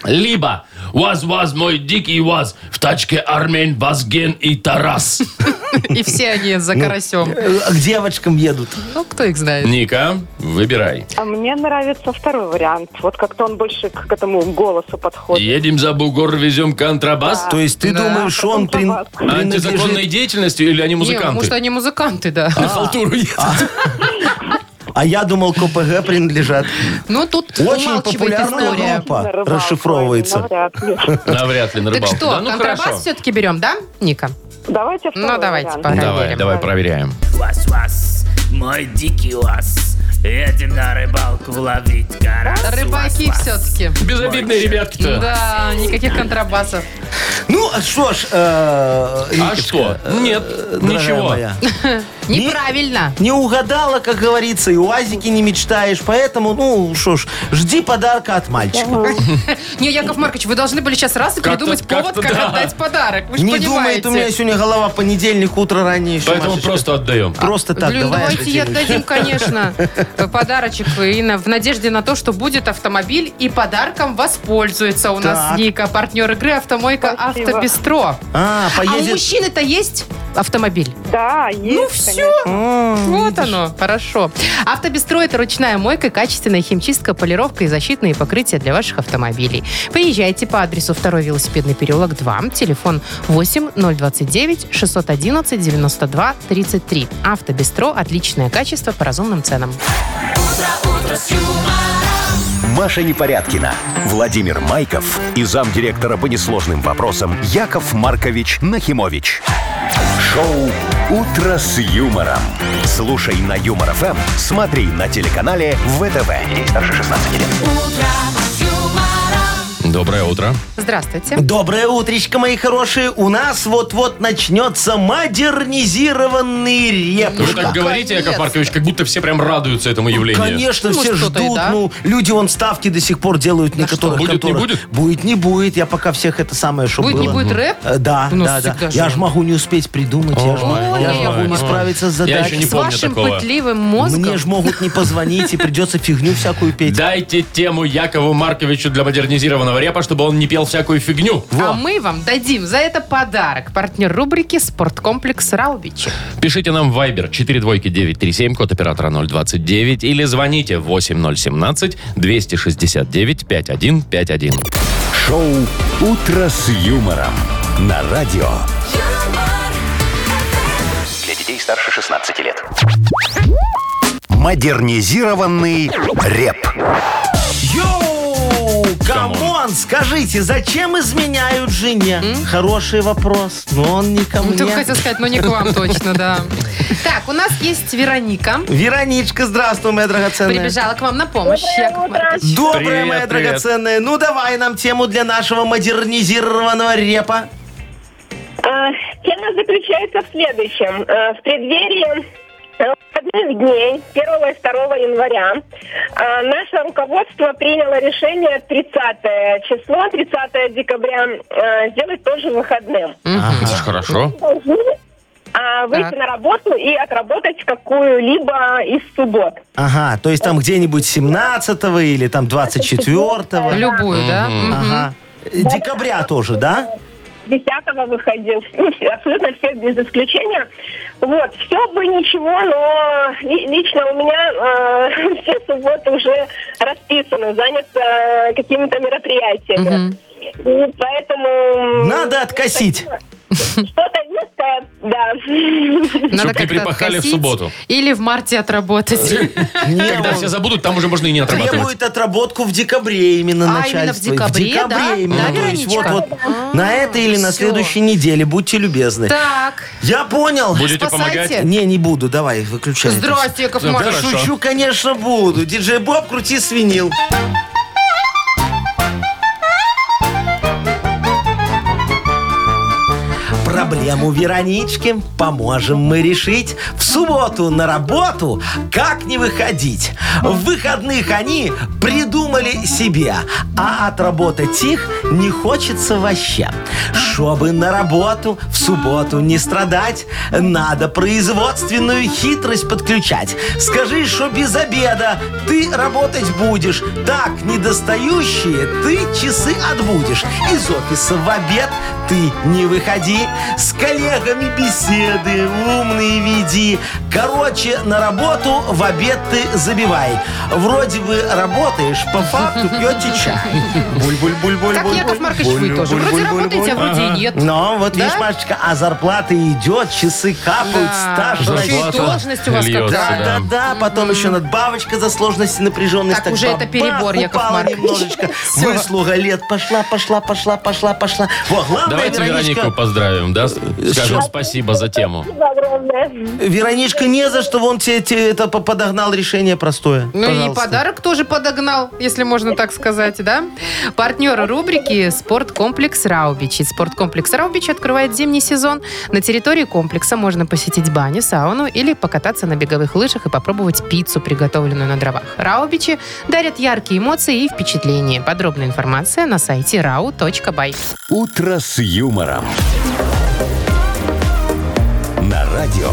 [SPEAKER 2] Либо вас, вас, мой дикий вас, в тачке Армен, Вазген и Тарас.
[SPEAKER 4] И все они за карасем.
[SPEAKER 3] Э, К девочкам едут.
[SPEAKER 4] Ну, кто их знает.
[SPEAKER 2] Ника, выбирай.
[SPEAKER 5] А мне нравится второй вариант. Вот как-то он больше к этому голосу подходит.
[SPEAKER 2] Едем за бугор, везем контрабас.
[SPEAKER 3] То есть ты
[SPEAKER 4] Да.
[SPEAKER 3] думаешь, что он прин-
[SPEAKER 2] Антизаконной
[SPEAKER 3] принадлежит...
[SPEAKER 2] деятельностью или они
[SPEAKER 4] Не,
[SPEAKER 2] музыканты?
[SPEAKER 4] может, они музыканты, да.
[SPEAKER 2] На халтуру едут.
[SPEAKER 3] А я думал, к ОПГ принадлежат.
[SPEAKER 4] Ну, тут
[SPEAKER 3] Очень
[SPEAKER 4] умалчивает
[SPEAKER 3] популярная
[SPEAKER 4] история.
[SPEAKER 3] группа.
[SPEAKER 5] На рыбалку,
[SPEAKER 3] Расшифровывается.
[SPEAKER 5] навряд ли.
[SPEAKER 2] Навряд ли на
[SPEAKER 4] Так
[SPEAKER 2] рыбалку.
[SPEAKER 4] что,
[SPEAKER 2] Да, ну
[SPEAKER 4] контрабас
[SPEAKER 2] хорошо.
[SPEAKER 4] все-таки берем, да, Ника?
[SPEAKER 5] Давайте второй
[SPEAKER 4] Ну, давайте,
[SPEAKER 5] вариант.
[SPEAKER 4] проверим.
[SPEAKER 2] Давай, давай, проверяем.
[SPEAKER 7] Вас-вас, мой дикий вас. Едем на рыбалку ловить карась.
[SPEAKER 4] Рыбаки
[SPEAKER 7] Вас-вас.
[SPEAKER 4] все-таки.
[SPEAKER 2] Безобидные ребятки-то.
[SPEAKER 4] Да, никаких контрабасов.
[SPEAKER 3] Ну, что ж, э,
[SPEAKER 2] А
[SPEAKER 3] Риточка,
[SPEAKER 2] что?
[SPEAKER 3] э,
[SPEAKER 2] Нет,
[SPEAKER 3] дорогая
[SPEAKER 2] ничего.
[SPEAKER 3] моя,
[SPEAKER 4] Неправильно.
[SPEAKER 3] не угадала, как говорится, и уазики не мечтаешь, поэтому, ну, что ж, жди подарка от мальчика.
[SPEAKER 4] Не, Яков Маркович, вы должны были сейчас раз и
[SPEAKER 2] Как-то-
[SPEAKER 4] придумать повод,
[SPEAKER 2] как-то
[SPEAKER 4] как
[SPEAKER 2] да.
[SPEAKER 4] отдать подарок. Вы же
[SPEAKER 3] Не
[SPEAKER 4] понимаете.
[SPEAKER 3] думает, у меня сегодня голова в понедельник, утро раннее еще,
[SPEAKER 2] Поэтому
[SPEAKER 3] Машечка.
[SPEAKER 2] просто отдаем.
[SPEAKER 3] Просто так,
[SPEAKER 4] Блин,
[SPEAKER 3] давай
[SPEAKER 4] давайте и
[SPEAKER 3] отдадим.
[SPEAKER 4] отдадим, конечно, подарочек. И на- в надежде на то, что будет автомобиль, и подарком воспользуется у нас
[SPEAKER 3] Так.
[SPEAKER 4] Ника, партнер игры «Автомойка
[SPEAKER 5] Спасибо.
[SPEAKER 4] Автобестро».
[SPEAKER 3] А,
[SPEAKER 4] А у
[SPEAKER 3] поедет...
[SPEAKER 4] мужчины-то есть автомобиль?
[SPEAKER 5] Да, есть,
[SPEAKER 4] Ну все,
[SPEAKER 3] А,
[SPEAKER 4] вот оно, хорошо. Автобестро – это ручная мойка, качественная химчистка, полировка и защитные покрытия для ваших автомобилей. Приезжайте по адресу второй велосипедный переулок два, телефон восемь ноль двадцать девять шестьсот одиннадцать девяносто два тридцать три. Автобестро – отличное качество по разумным ценам.
[SPEAKER 1] Маша Непорядкина, Владимир Майков и замдиректора по несложным вопросам Яков Маркович Нахимович. Шоу «Утро с юмором». Слушай на Юмор ФМ, смотри на телеканале ВТВ. Ей старше шестнадцати лет.
[SPEAKER 2] Доброе утро.
[SPEAKER 4] Здравствуйте.
[SPEAKER 3] Доброе утречко, мои хорошие. У нас вот-вот начнется модернизированный
[SPEAKER 2] Вы
[SPEAKER 3] репушка.
[SPEAKER 2] так говорите, Яков Маркович, как будто все прям радуются этому явлению.
[SPEAKER 3] Конечно,
[SPEAKER 4] Ну,
[SPEAKER 3] все
[SPEAKER 4] что-то и
[SPEAKER 3] ждут.
[SPEAKER 4] да.
[SPEAKER 3] Ну, люди вон ставки до сих пор делают в некоторых
[SPEAKER 2] Будет, не
[SPEAKER 3] конторах.
[SPEAKER 2] будет?
[SPEAKER 3] Будет, не будет. Я пока всех это самое, что
[SPEAKER 4] Будет,
[SPEAKER 3] было.
[SPEAKER 4] не будет рэп?
[SPEAKER 3] Э, Да,
[SPEAKER 4] У нас
[SPEAKER 3] да, да.
[SPEAKER 4] всегда же
[SPEAKER 3] Я
[SPEAKER 4] он.
[SPEAKER 3] ж могу не успеть придумать. Я ж
[SPEAKER 2] Ой,
[SPEAKER 3] могу- я ж
[SPEAKER 4] ой,
[SPEAKER 3] могу не
[SPEAKER 2] ой.
[SPEAKER 3] справиться с
[SPEAKER 2] Я еще
[SPEAKER 3] задачей.
[SPEAKER 2] не
[SPEAKER 4] С
[SPEAKER 2] помню
[SPEAKER 4] вашим
[SPEAKER 2] такого.
[SPEAKER 4] пытливым мозгом.
[SPEAKER 3] Мне ж могут не позвонить, и придется фигню всякую петь.
[SPEAKER 2] Дайте тему Якову Марковичу для модернизированного репа, чтобы он не пел всякую фигню.
[SPEAKER 4] А мы вам дадим за это подарок. Партнер рубрики «Спорткомплекс Раубичи».
[SPEAKER 2] Пишите нам в Viber четыре двойки девять три семь, код оператора ноль двадцать девять, или звоните восемь ноль семнадцать двести шестьдесят девять пятьдесят один пятьдесят один.
[SPEAKER 1] Шоу «Утро с юмором» на радио.
[SPEAKER 6] Для детей старше шестнадцати лет.
[SPEAKER 1] Модернизированный реп.
[SPEAKER 3] Йоу! Камон! Скажите, зачем изменяют жене? Хороший вопрос. Но он не ко
[SPEAKER 4] Ну, только
[SPEAKER 3] мне.
[SPEAKER 4] хотел сказать, но не к вам точно, да. Так, у нас есть Вероника.
[SPEAKER 3] Вероничка, здравствуй, моя драгоценная.
[SPEAKER 4] Прибежала к вам на помощь. Яков Маркович.
[SPEAKER 3] Добрая
[SPEAKER 2] Привет,
[SPEAKER 3] моя
[SPEAKER 2] привет.
[SPEAKER 3] драгоценная. Ну, давай нам тему для нашего модернизированного репа.
[SPEAKER 8] А, Тема заключается в следующем. А, В преддверии э, выходных дней первого и второго января а, наше руководство приняло решение тридцатое число, тридцатое декабря, а, сделать тоже выходным.
[SPEAKER 2] Это ж хорошо.
[SPEAKER 8] Должны а, выйти
[SPEAKER 4] Так.
[SPEAKER 8] на работу и отработать какую-либо из суббот.
[SPEAKER 3] Ага, то есть там где-нибудь семнадцатого или там двадцать четвёртого.
[SPEAKER 4] Любую, да? Мгм.
[SPEAKER 3] Ага. Декабря тоже, да?
[SPEAKER 8] десятого выходил. Ну, все- абсолютно все без исключения. Вот, все бы ничего, но ли- лично у меня э, все субботы уже расписаны, заняты э, какими-то мероприятиями. И поэтому...
[SPEAKER 3] Надо откосить.
[SPEAKER 8] Что-то есть, да.
[SPEAKER 4] Надо
[SPEAKER 2] Чтоб не
[SPEAKER 4] как-то
[SPEAKER 2] припахали в
[SPEAKER 4] откосить
[SPEAKER 2] субботу.
[SPEAKER 4] Или в марте отработать.
[SPEAKER 3] Не,
[SPEAKER 2] Когда
[SPEAKER 3] он
[SPEAKER 2] все забудут, там уже можно и не отрабатывать.
[SPEAKER 3] требует отработку в декабре именно
[SPEAKER 4] А,
[SPEAKER 3] начальство.
[SPEAKER 4] именно в декабре, да?
[SPEAKER 3] именно.
[SPEAKER 4] Да,
[SPEAKER 3] То есть
[SPEAKER 4] Вероничка?
[SPEAKER 3] вот, вот на этой или на
[SPEAKER 4] всё.
[SPEAKER 3] следующей неделе. Будьте любезны.
[SPEAKER 4] Так,
[SPEAKER 3] Я понял.
[SPEAKER 2] Будете
[SPEAKER 4] спасайте.
[SPEAKER 2] помогать?
[SPEAKER 3] Не, не буду. Давай, выключай. это.
[SPEAKER 4] здрасте, Яков
[SPEAKER 2] Да,
[SPEAKER 4] Маркович.
[SPEAKER 2] хорошо.
[SPEAKER 3] Шучу, конечно, буду. Диджей Боб, крути свинил. Проблему Веронички поможем мы решить. В субботу на работу как не выходить? В выходных они придумали себе, а отработать их не хочется вообще. Чтобы на работу в субботу не страдать, надо производственную хитрость подключать. Скажи, что без обеда ты работать будешь. Так, недостающие ты часы отбудешь. Из офиса в обед ты не выходи, с коллегами беседы умные веди. Короче, на работу в обед ты забивай. Вроде бы работаешь, по факту пьете чай. Буль-буль-буль-буль.
[SPEAKER 4] Так, Яков Маркович, вы тоже. Вроде работаете, а вроде и нет.
[SPEAKER 3] Но вот
[SPEAKER 4] Да?
[SPEAKER 3] видишь, Машечка, а зарплата идет, часы капают,
[SPEAKER 4] Да.
[SPEAKER 3] стаж
[SPEAKER 4] Еще и
[SPEAKER 3] растет.
[SPEAKER 4] должность у вас
[SPEAKER 2] Льется,
[SPEAKER 4] какая.
[SPEAKER 2] да.
[SPEAKER 3] Да, да, потом еще надбавочка за сложность и напряженность.
[SPEAKER 4] Так, уже это
[SPEAKER 3] бабах,
[SPEAKER 4] перебор, Яков
[SPEAKER 3] упала
[SPEAKER 4] Маркович.
[SPEAKER 3] немножечко.
[SPEAKER 4] Всё.
[SPEAKER 3] Выслуга лет пошла, пошла, пошла, пошла, пошла. Во, главное,
[SPEAKER 2] Давайте
[SPEAKER 3] Вероничка,
[SPEAKER 2] Веронику поздравим, да? Скажем
[SPEAKER 3] что?
[SPEAKER 2] спасибо за тему.
[SPEAKER 8] Спасибо огромное.
[SPEAKER 3] Вероничка, не за что, вон тебе, тебе это по- подогнал решение простое.
[SPEAKER 4] Ну и
[SPEAKER 3] Пожалуйста.
[SPEAKER 4] подарок тоже подогнал, если можно так сказать, да? Партнер рубрики «Спорткомплекс Раубичи». Спорткомплекс Раубичи открывает зимний сезон. На территории комплекса можно посетить баню, сауну или покататься на беговых лыжах и попробовать пиццу, приготовленную на дровах. Раубичи дарят яркие эмоции и впечатления. Подробная информация на сайте рау точка бай.
[SPEAKER 1] «Утро с юмором». На радио.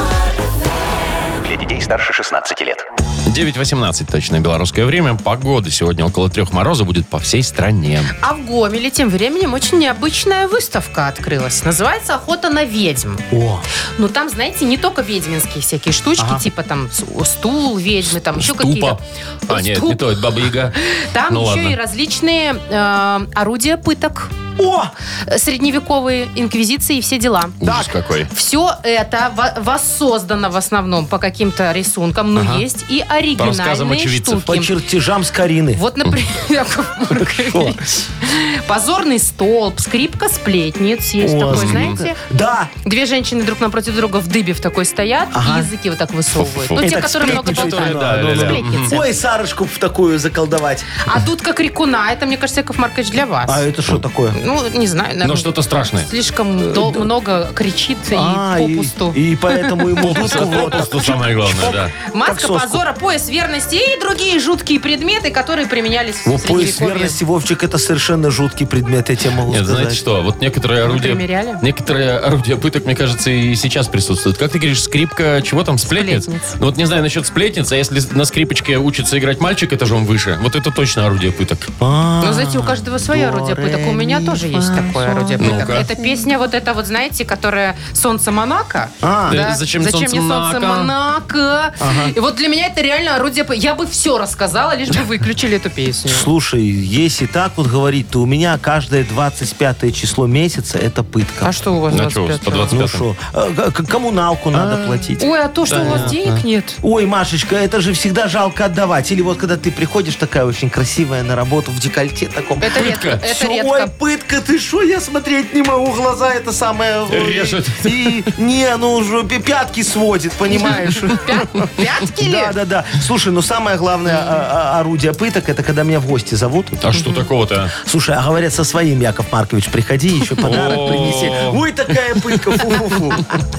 [SPEAKER 6] Для детей старше шестнадцати лет.
[SPEAKER 2] девять восемнадцать точное белорусское время. Погода сегодня около трех мороза будет по всей стране.
[SPEAKER 4] А в Гомеле тем временем очень необычная выставка открылась. Называется «Охота на ведьм».
[SPEAKER 3] О,
[SPEAKER 4] Ну, там, знаете, не только ведьминские всякие штучки,
[SPEAKER 3] Ага.
[SPEAKER 4] типа там с- стул ведьмы, там еще
[SPEAKER 2] Ступа.
[SPEAKER 4] какие-то...
[SPEAKER 2] А, нет,
[SPEAKER 4] Ступ.
[SPEAKER 2] не то, это Баба Яга.
[SPEAKER 4] Там
[SPEAKER 2] Ну,
[SPEAKER 4] еще
[SPEAKER 2] ладно.
[SPEAKER 4] и различные э, орудия пыток,
[SPEAKER 3] о,
[SPEAKER 4] э, средневековые, инквизиции и все дела.
[SPEAKER 2] Ужас какой.
[SPEAKER 4] Все это во- воссоздано в основном по каким-то рисункам, но есть и
[SPEAKER 2] По рассказам
[SPEAKER 4] оригинальные
[SPEAKER 2] очевидцев.
[SPEAKER 3] по
[SPEAKER 4] штуки.
[SPEAKER 3] чертежам с Карины.
[SPEAKER 4] Вот, например, Яков Маркович. Позорный столб, скрипка сплетниц есть
[SPEAKER 3] О,
[SPEAKER 4] такой,
[SPEAKER 3] скрипка.
[SPEAKER 4] знаете?
[SPEAKER 3] Да,
[SPEAKER 4] Две женщины друг напротив друга в дыбе в такой стоят
[SPEAKER 3] Ага.
[SPEAKER 4] и языки вот так высовывают.
[SPEAKER 2] Фу-фу-фу.
[SPEAKER 4] Ну, те,
[SPEAKER 3] Это
[SPEAKER 4] которые много
[SPEAKER 3] сплетничают,
[SPEAKER 4] болтают.
[SPEAKER 2] да,
[SPEAKER 3] ну, ну,
[SPEAKER 2] да, да.
[SPEAKER 4] Сплетницы.
[SPEAKER 3] Ой, Сарочку в такую заколдовать.
[SPEAKER 4] А тут как рекуна. Это, мне кажется, Яков Маркович, для вас.
[SPEAKER 3] А это что такое?
[SPEAKER 4] Ну, не знаю, наверное,
[SPEAKER 2] Но что-то страшное.
[SPEAKER 4] слишком дол- много кричит
[SPEAKER 3] А,
[SPEAKER 4] и
[SPEAKER 3] и,
[SPEAKER 4] попусту.
[SPEAKER 3] и поэтому ему дудку в рот.
[SPEAKER 2] Попусту самое главное, да.
[SPEAKER 4] Маска
[SPEAKER 3] соску.
[SPEAKER 4] позора, пояс верности и другие жуткие предметы, которые применялись в
[SPEAKER 3] Во, пояс
[SPEAKER 4] Средневековье.
[SPEAKER 3] верности, Вовчик, это совершенно жуткий предмет, я тебе могу
[SPEAKER 2] Нет,
[SPEAKER 3] сказать.
[SPEAKER 2] знаете что, вот некоторые орудия...
[SPEAKER 4] примеряли?
[SPEAKER 2] Некоторые орудия пыток, мне кажется, и сейчас присутствуют. Как ты говоришь, скрипка, чего там, сплетниц?
[SPEAKER 4] Сплетниц.
[SPEAKER 2] Ну вот не знаю насчет сплетниц, а если на скрипочке учится играть мальчик этажом выше, вот это точно орудие пыток.
[SPEAKER 3] А,
[SPEAKER 4] Ну, знаете, у каждого свое орудие пыток. У меня тоже есть такое орудие пыток.
[SPEAKER 2] Ну-ка.
[SPEAKER 4] Это песня вот эта вот, знаете, которая «Солнце Монако».
[SPEAKER 3] А,
[SPEAKER 2] Да, зачем солнце
[SPEAKER 4] мне солнце
[SPEAKER 2] Монако?
[SPEAKER 4] Монако? И вот для меня это реально орудие пыток. Я бы все рассказала, лишь бы выключили эту песню.
[SPEAKER 3] Слушай, если так вот говорить, то у меня каждое двадцать пятое число месяца это пытка.
[SPEAKER 4] А что у вас
[SPEAKER 2] А что у вас по
[SPEAKER 4] двадцать пятого?
[SPEAKER 3] Ну
[SPEAKER 2] двадцать
[SPEAKER 3] что, к- коммуналку надо платить.
[SPEAKER 4] Ой, а то, что у вас денег нет.
[SPEAKER 3] Ой, Машечка, это же всегда жалко отдавать. Или вот когда ты приходишь такая очень красивая на работу в декольте таком.
[SPEAKER 4] Это редко. Это
[SPEAKER 3] Всё,
[SPEAKER 4] редко.
[SPEAKER 3] Ой, пытка, ты что, я смотреть не могу, глаза это самое... э,
[SPEAKER 2] Режет.
[SPEAKER 3] И, не, ну уже пи- пятки сводит, понимаешь?
[SPEAKER 4] Пя- Пятки ли?
[SPEAKER 3] Да, да, да. Слушай, ну самое главное а- а- орудие пыток, это когда меня в гости зовут.
[SPEAKER 2] А что такого-то?
[SPEAKER 3] Слушай, а говорят, со своим, Яков Маркович, приходи, еще подарок
[SPEAKER 2] О.
[SPEAKER 3] принеси. Ой, такая пытка, фу-фу-фу.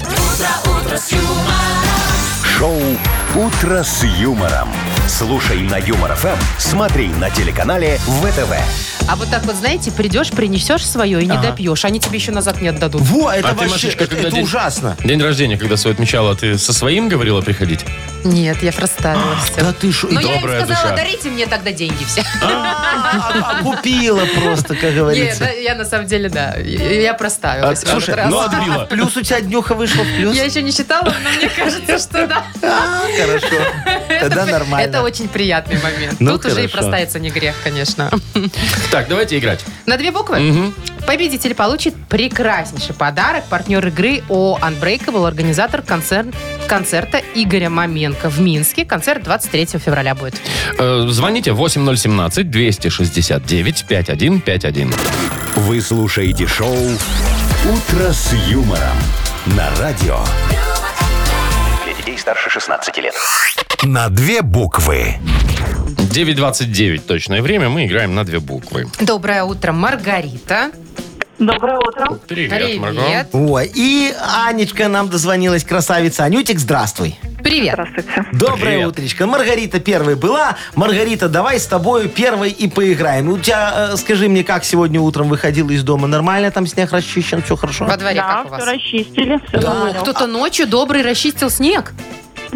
[SPEAKER 1] Шоу «Утро с юмором». Слушай на Юмор ФМ, смотри на телеканале ВТВ.
[SPEAKER 4] А вот так вот, знаете, придешь, принесешь свое и не допьешь. Они тебе еще назад не отдадут.
[SPEAKER 3] Во, это
[SPEAKER 2] А ты,
[SPEAKER 3] вообще,
[SPEAKER 2] Машечка,
[SPEAKER 3] это,
[SPEAKER 2] когда
[SPEAKER 3] это
[SPEAKER 2] день-
[SPEAKER 3] ужасно.
[SPEAKER 2] День рождения, когда свой отмечала, ты со своим говорила приходить?
[SPEAKER 4] Нет, я проставила все.
[SPEAKER 3] Да ты шо?
[SPEAKER 4] Но я им
[SPEAKER 2] добрая
[SPEAKER 4] сказала,
[SPEAKER 2] душа.
[SPEAKER 4] дарите мне тогда деньги все.
[SPEAKER 3] А, а, Купила просто, как
[SPEAKER 4] Нет,
[SPEAKER 3] говорится.
[SPEAKER 4] да, я на самом деле, да, я я проставилась. в
[SPEAKER 3] Слушай,
[SPEAKER 4] этот раз.
[SPEAKER 2] ну отбила.
[SPEAKER 3] Плюс у тебя днюха вышла в плюс.
[SPEAKER 4] Я еще не считала, но мне кажется, что да.
[SPEAKER 3] А, хорошо. Тогда
[SPEAKER 4] Это-
[SPEAKER 3] нормально.
[SPEAKER 4] Это очень приятный момент.
[SPEAKER 3] Ну,
[SPEAKER 4] Тут уже и
[SPEAKER 3] хорошо.
[SPEAKER 4] проставиться не грех, конечно.
[SPEAKER 2] Так, давайте играть.
[SPEAKER 4] На две буквы? Победитель получит прекраснейший подарок. Партнер игры ООО Unbreakable, организатор концерт, концерта Игоря Маменко в Минске. Концерт двадцать третьего февраля будет.
[SPEAKER 2] Э, Звоните восемь ноль семнадцать двести шестьдесят девять пятьдесят один пятьдесят один.
[SPEAKER 1] Вы слушаете шоу «Утро с юмором» на радио.
[SPEAKER 6] Для детей старше шестнадцати лет.
[SPEAKER 1] На две буквы.
[SPEAKER 2] девять двадцать девять точное время, мы играем на две буквы.
[SPEAKER 4] Доброе утро, Маргарита.
[SPEAKER 8] Доброе утро.
[SPEAKER 2] Привет, Марго.
[SPEAKER 4] Привет.
[SPEAKER 3] Ой, и Анечка нам дозвонилась, красавица. Анютик, здравствуй.
[SPEAKER 4] Привет.
[SPEAKER 8] Здравствуйте.
[SPEAKER 3] Доброе
[SPEAKER 2] Привет.
[SPEAKER 3] утречко. Маргарита первой была. Маргарита, давай с тобой первой и поиграем. У тебя, э, скажи мне, как сегодня утром выходила из дома? Нормально там снег расчищен? Все хорошо?
[SPEAKER 4] Во дворе
[SPEAKER 8] Да,
[SPEAKER 4] как у вас?
[SPEAKER 8] все расчистили, все
[SPEAKER 4] О, кто-то ночью добрый расчистил снег.